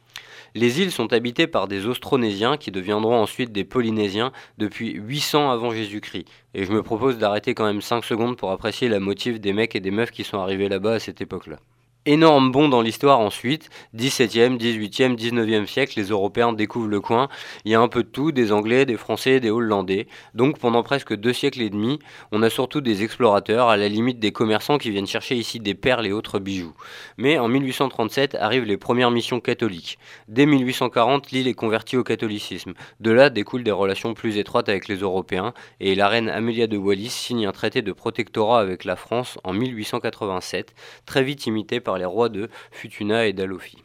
Les îles sont habitées par des Austronésiens qui deviendront ensuite des Polynésiens depuis huit cents avant Jésus-Christ. Et je me propose d'arrêter quand même cinq secondes pour apprécier la motive des mecs et des meufs qui sont arrivés là-bas à cette époque-là. Énorme bond dans l'histoire ensuite, dix-septième, dix-huitième, dix-neuvième siècle, les Européens découvrent le coin, il y a un peu de tout, des Anglais, des Français, des Hollandais, donc pendant presque deux siècles et demi, on a surtout des explorateurs, à la limite des commerçants qui viennent chercher ici des perles et autres bijoux. Mais en mille huit cent trente-sept arrivent les premières missions catholiques. Dès mille huit cent quarante, l'île est convertie au catholicisme. De là découlent des relations plus étroites avec les Européens, et la reine Amélia de Wallis signe un traité de protectorat avec la France en mille huit cent quatre-vingt-sept, très vite imité par les rois de Futuna et d'Alofi.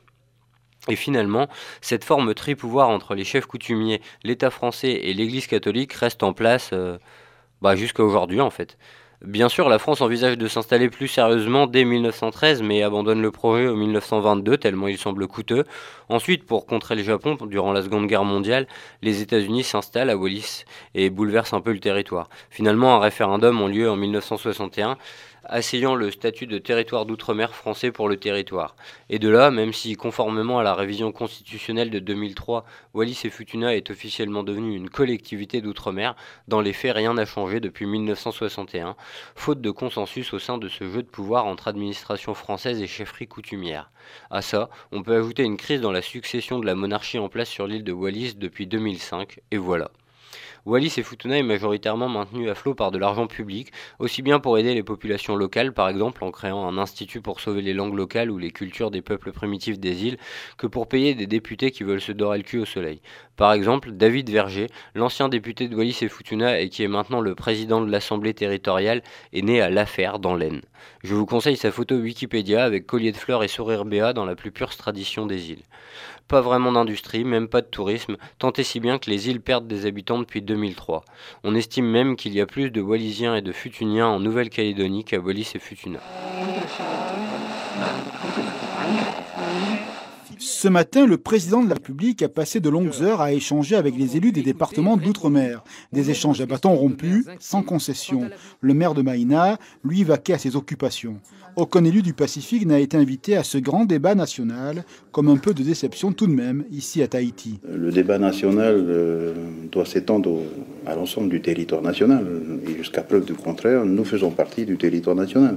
Et finalement, cette forme tripouvoir entre les chefs coutumiers, l'État français et l'Église catholique reste en place euh, bah, jusqu'à aujourd'hui en fait. Bien sûr, la France envisage de s'installer plus sérieusement dès mille neuf cent treize, mais abandonne le projet en mille neuf cent vingt-deux, tellement il semble coûteux. Ensuite, pour contrer le Japon, durant la Seconde Guerre mondiale, les États-Unis s'installent à Wallis et bouleversent un peu le territoire. Finalement, un référendum a lieu en mille neuf cent soixante et un, asseyant le statut de territoire d'outre-mer français pour le territoire. Et de là, même si, conformément à la révision constitutionnelle de deux mille trois, Wallis et Futuna est officiellement devenue une collectivité d'outre-mer, dans les faits, rien n'a changé depuis mille neuf cent soixante et un, faute de consensus au sein de ce jeu de pouvoir entre administration française et chefferie coutumière. À ça, on peut ajouter une crise dans la succession de la monarchie en place sur l'île de Wallis depuis deux mille cinq, et voilà. Wallis et Futuna est majoritairement maintenu à flot par de l'argent public, aussi bien pour aider les populations locales, par exemple en créant un institut pour sauver les langues locales ou les cultures des peuples primitifs des îles, que pour payer des députés qui veulent se dorer le cul au soleil. Par exemple, David Verger, l'ancien député de Wallis et Futuna et qui est maintenant le président de l'Assemblée territoriale, est né à Lafer, dans l'Aisne. Je vous conseille sa photo Wikipédia avec collier de fleurs et sourire béat dans la plus pure tradition des îles. Pas vraiment d'industrie, même pas de tourisme, tant et si bien que les îles perdent des habitants depuis deux mille trois. On estime même qu'il y a plus de Wallisiens et de Futuniens en Nouvelle-Calédonie qu'à Wallis et Futuna. Ce matin, le président de la République a passé de longues heures à échanger avec les élus des départements de l'outre-mer. Des échanges à bâtons rompus, sans concession. Le maire de Maïna, lui, vaquait à ses occupations. Aucun élu du Pacifique n'a été invité à ce grand débat national, comme un peu de déception tout de même, ici à Tahiti. Le débat national euh, doit s'étendre au, à l'ensemble du territoire national. Et jusqu'à preuve du contraire, nous faisons partie du territoire national.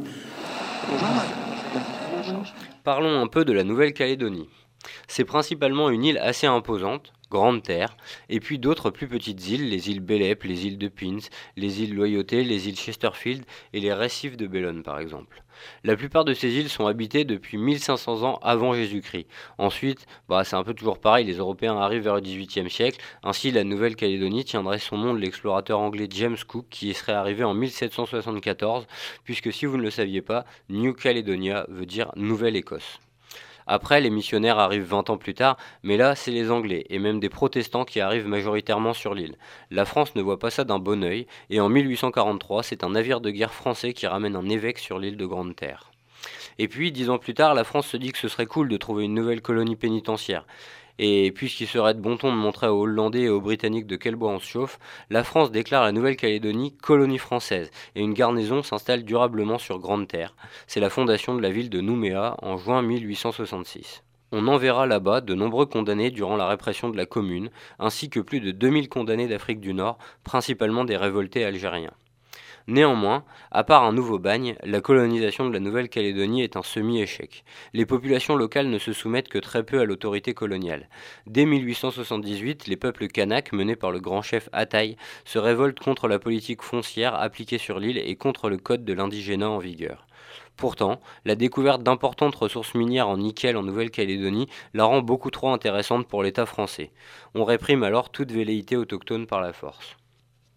Parlons un peu de la Nouvelle-Calédonie. C'est principalement une île assez imposante, grande terre, et puis d'autres plus petites îles, les îles Bélep, les îles de Pins, les îles Loyauté, les îles Chesterfield et les récifs de Bellone par exemple. La plupart de ces îles sont habitées depuis mille cinq cents ans avant Jésus-Christ. Ensuite, bah, c'est un peu toujours pareil, les Européens arrivent vers le dix-huitième siècle, ainsi la Nouvelle-Calédonie tiendrait son nom de l'explorateur anglais James Cook qui y serait arrivé en mille sept cent soixante-quatorze, puisque si vous ne le saviez pas, New Caledonia veut dire Nouvelle-Écosse. Après, les missionnaires arrivent vingt ans plus tard, mais là, c'est les Anglais, et même des protestants qui arrivent majoritairement sur l'île. La France ne voit pas ça d'un bon œil, et en mille huit cent quarante-trois, c'est un navire de guerre français qui ramène un évêque sur l'île de Grande-Terre. Et puis, dix ans plus tard, la France se dit que ce serait cool de trouver une nouvelle colonie pénitentiaire. Et puisqu'il serait de bon ton de montrer aux Hollandais et aux Britanniques de quel bois on se chauffe, la France déclare la Nouvelle-Calédonie colonie française et une garnison s'installe durablement sur Grande-Terre. C'est la fondation de la ville de Nouméa en juin mille huit cent soixante-six. On enverra là-bas de nombreux condamnés durant la répression de la Commune, ainsi que plus de deux mille condamnés d'Afrique du Nord, principalement des révoltés algériens. Néanmoins, à part un nouveau bagne, la colonisation de la Nouvelle-Calédonie est un semi-échec. Les populations locales ne se soumettent que très peu à l'autorité coloniale. Dès mille huit cent soixante-dix-huit, les peuples kanaks, menés par le grand chef Ataï, se révoltent contre la politique foncière appliquée sur l'île et contre le code de l'indigénat en vigueur. Pourtant, la découverte d'importantes ressources minières en nickel en Nouvelle-Calédonie la rend beaucoup trop intéressante pour l'État français. On réprime alors toute velléité autochtone par la force.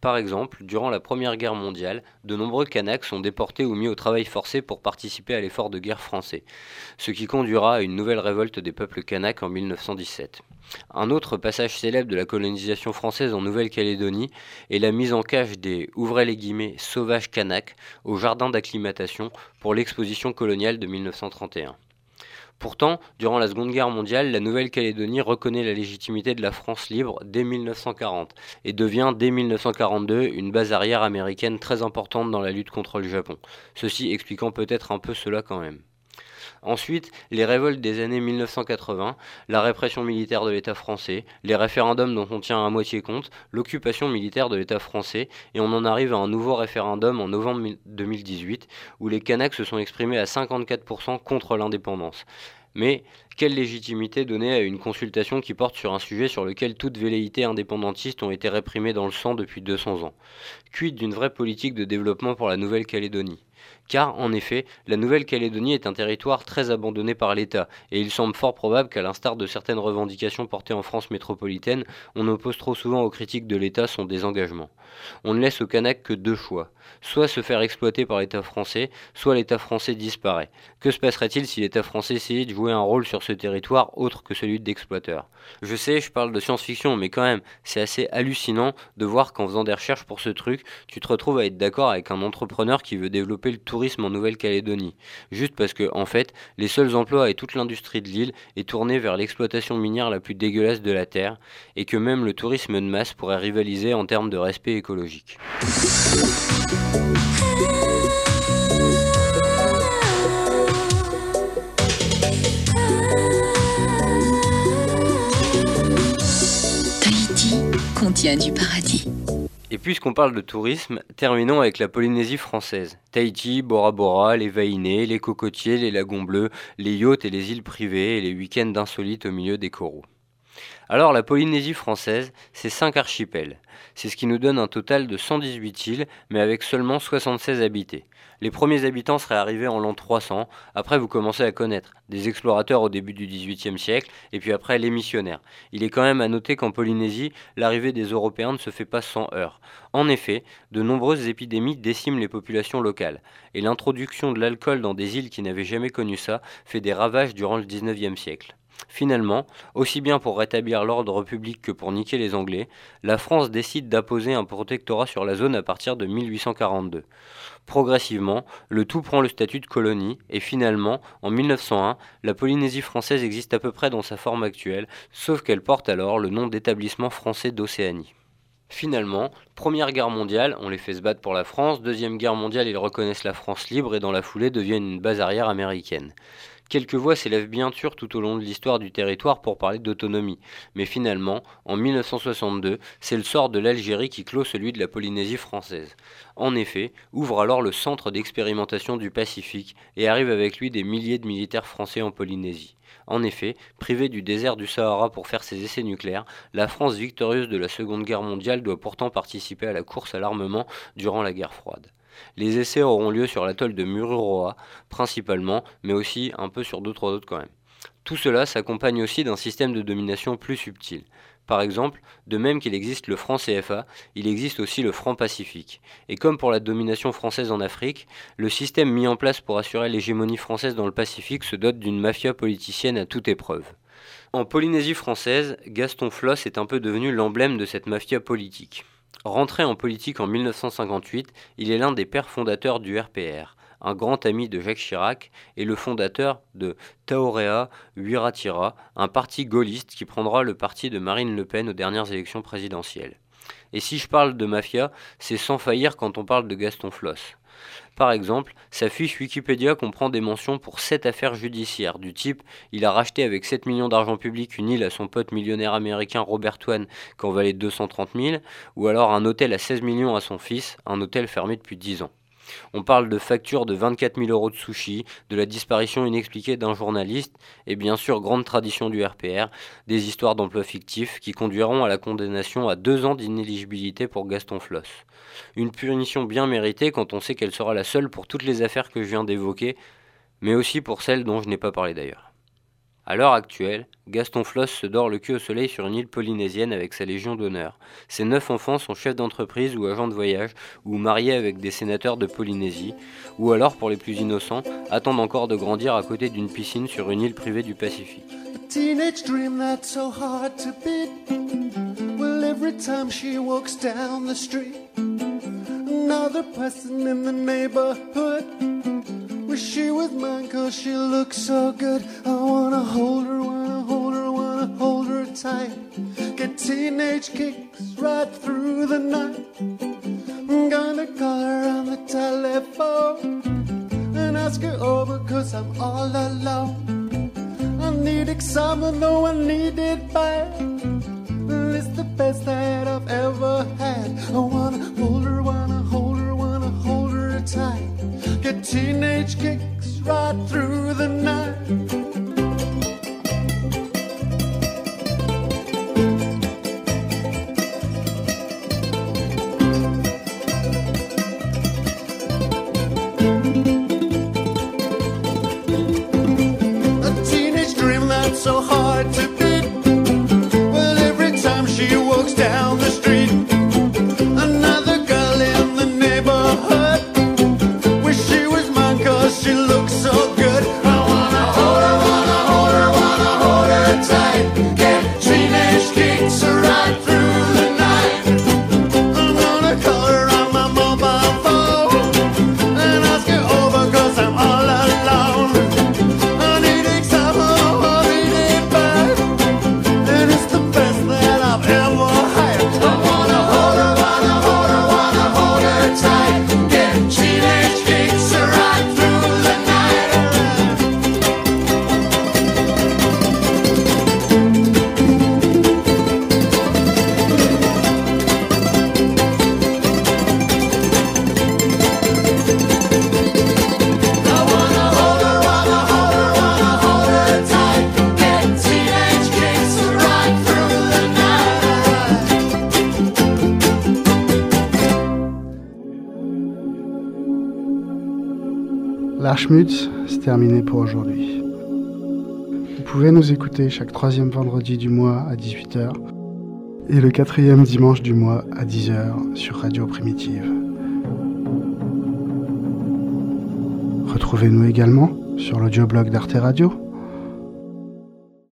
Par exemple, durant la Première Guerre mondiale, de nombreux Kanaks sont déportés ou mis au travail forcé pour participer à l'effort de guerre français, ce qui conduira à une nouvelle révolte des peuples kanaks en mille neuf cent dix-sept. Un autre passage célèbre de la colonisation française en Nouvelle-Calédonie est la mise en cage des « ouvrez les guillemets sauvages kanaks » au jardin d'acclimatation pour l'exposition coloniale de mille neuf cent trente et un. Pourtant, durant la Seconde Guerre mondiale, la Nouvelle-Calédonie reconnaît la légitimité de la France libre dès mille neuf cent quarante et devient dès mille neuf cent quarante-deux une base arrière américaine très importante dans la lutte contre le Japon, ceci expliquant peut-être un peu cela quand même. Ensuite, les révoltes des années mille neuf cent quatre-vingts, la répression militaire de l'État français, les référendums dont on tient à moitié compte, l'occupation militaire de l'État français, et on en arrive à un nouveau référendum en novembre deux mille dix-huit, où les Kanaks se sont exprimés à cinquante-quatre pour cent contre l'indépendance. Mais quelle légitimité donner à une consultation qui porte sur un sujet sur lequel toutes velléités indépendantistes ont été réprimées dans le sang depuis deux cents ans? Quid d'une vraie politique de développement pour la Nouvelle-Calédonie? Car, en effet, la Nouvelle-Calédonie est un territoire très abandonné par l'État, et il semble fort probable qu'à l'instar de certaines revendications portées en France métropolitaine, on oppose trop souvent aux critiques de l'État son désengagement. On ne laisse aux Kanaks que deux choix, soit se faire exploiter par l'État français, soit l'État français disparaît. Que se passerait-il si l'État français essayait de jouer un rôle sur ce territoire autre que celui d'exploiteur? Je sais, je parle de science-fiction, mais quand même, c'est assez hallucinant de voir qu'en faisant des recherches pour ce truc, tu te retrouves à être d'accord avec un entrepreneur qui veut développer le tourisme en Nouvelle-Calédonie, juste parce que, en fait, les seuls emplois et toute l'industrie de l'île est tournée vers l'exploitation minière la plus dégueulasse de la Terre, et que même le tourisme de masse pourrait rivaliser en termes de respect écologique. Tahiti contient du paradis. Et puisqu'on parle de tourisme, terminons avec la Polynésie française. Tahiti, Bora Bora, les Vaïnés, les cocotiers, les lagons bleus, les yachts et les îles privées et les week-ends insolites au milieu des coraux. Alors la Polynésie française, c'est cinq archipels. C'est ce qui nous donne un total de cent dix-huit îles, mais avec seulement soixante-seize habités. Les premiers habitants seraient arrivés en l'an trois cents, après vous commencez à connaître des explorateurs au début du dix-huitième siècle, et puis après les missionnaires. Il est quand même à noter qu'en Polynésie, l'arrivée des Européens ne se fait pas sans heurts. En effet, de nombreuses épidémies déciment les populations locales, et l'introduction de l'alcool dans des îles qui n'avaient jamais connu ça fait des ravages durant le dix-neuvième siècle. Finalement, aussi bien pour rétablir l'ordre public que pour niquer les Anglais, la France décide d'apposer un protectorat sur la zone à partir de mille huit cent quarante-deux. Progressivement, le tout prend le statut de colonie et finalement, en mille neuf cent un, la Polynésie française existe à peu près dans sa forme actuelle, sauf qu'elle porte alors le nom d'établissement français d'Océanie. Finalement, Première Guerre mondiale, on les fait se battre pour la France, Deuxième Guerre mondiale, ils reconnaissent la France libre et dans la foulée deviennent une base arrière américaine. Quelques voix s'élèvent bien sûr tout au long de l'histoire du territoire pour parler d'autonomie, mais finalement, en mille neuf cent soixante-deux, c'est le sort de l'Algérie qui clôt celui de la Polynésie française. En effet, ouvre alors le centre d'expérimentation du Pacifique et arrive avec lui des milliers de militaires français en Polynésie. En effet, privée du désert du Sahara pour faire ses essais nucléaires, la France victorieuse de la Seconde Guerre mondiale doit pourtant participer à la course à l'armement durant la guerre froide. Les essais auront lieu sur l'atoll de Mururoa, principalement, mais aussi un peu sur d'autres autres quand même. Tout cela s'accompagne aussi d'un système de domination plus subtil. Par exemple, de même qu'il existe le franc C F A, il existe aussi le franc Pacifique. Et comme pour la domination française en Afrique, le système mis en place pour assurer l'hégémonie française dans le Pacifique se dote d'une mafia politicienne à toute épreuve. En Polynésie française, Gaston Floss est un peu devenu l'emblème de cette mafia politique. Rentré en politique en mille neuf cent cinquante-huit, il est l'un des pères fondateurs du R P R, un grand ami de Jacques Chirac et le fondateur de Taorea Huiratira, un parti gaulliste qui prendra le parti de Marine Le Pen aux dernières élections présidentielles. Et si je parle de mafia, c'est sans faillir quand on parle de Gaston Floss. Par exemple, sa fiche Wikipédia comprend des mentions pour sept affaires judiciaires, du type « il a racheté avec sept millions d'argent public une île à son pote millionnaire américain Robert Swan qui en valait deux cent trente mille » ou alors un hôtel à seize millions à son fils, un hôtel fermé depuis dix ans. On parle de factures de vingt-quatre mille euros de sushi, de la disparition inexpliquée d'un journaliste, et bien sûr, grande tradition du R P R, des histoires d'emplois fictifs qui conduiront à la condamnation à deux ans d'inéligibilité pour Gaston Floss. Une punition bien méritée quand on sait qu'elle sera la seule pour toutes les affaires que je viens d'évoquer, mais aussi pour celles dont je n'ai pas parlé d'ailleurs. À l'heure actuelle, Gaston Floss se dort le cul au soleil sur une île polynésienne avec sa Légion d'honneur. Ses neuf enfants sont chefs d'entreprise ou agents de voyage, ou mariés avec des sénateurs de Polynésie, ou alors, pour les plus innocents, attendent encore de grandir à côté d'une piscine sur une île privée du Pacifique. A teenage dream that's so hard to beat. Well, every time she walks down the street, another person in the neighborhood wish she was mine cause she looks so good. I wanna hold her, wanna hold her, wanna hold her tight. Get teenage kicks right through the night. I'm gonna call her on the telephone and ask her over cause I'm all alone. I need excitement though I need it bad. It's the best that I've ever had. I wanna hold her, wanna hold her, wanna hold her tight. Get teenage kicks right through the night. A teenage dream that's so hard to beat. Well, every time she walks down the street, another girl in the neighborhood wish she was mine cause she looks so good. I wanna hold her, wanna hold her, wanna hold her tight. Get teenage kicks right through the night. I'm gonna call her on my mobile phone and ask her over cause I'm all alone. I need excitement, I need it back, and it's the best that I've ever had. I wanna hold her, wanna hold her, wanna hold her tight. Get teenage kicks right through the night. I wanna hold her, wanna hold her, wanna hold her tight. Get teenage kicks right through the L'Archmutz, c'est terminé pour aujourd'hui. Vous pouvez nous écouter chaque troisième vendredi du mois à dix-huit heures et le quatrième dimanche du mois à dix heures sur Radio Primitive. Retrouvez-nous également sur l'audioblog d'Arte Radio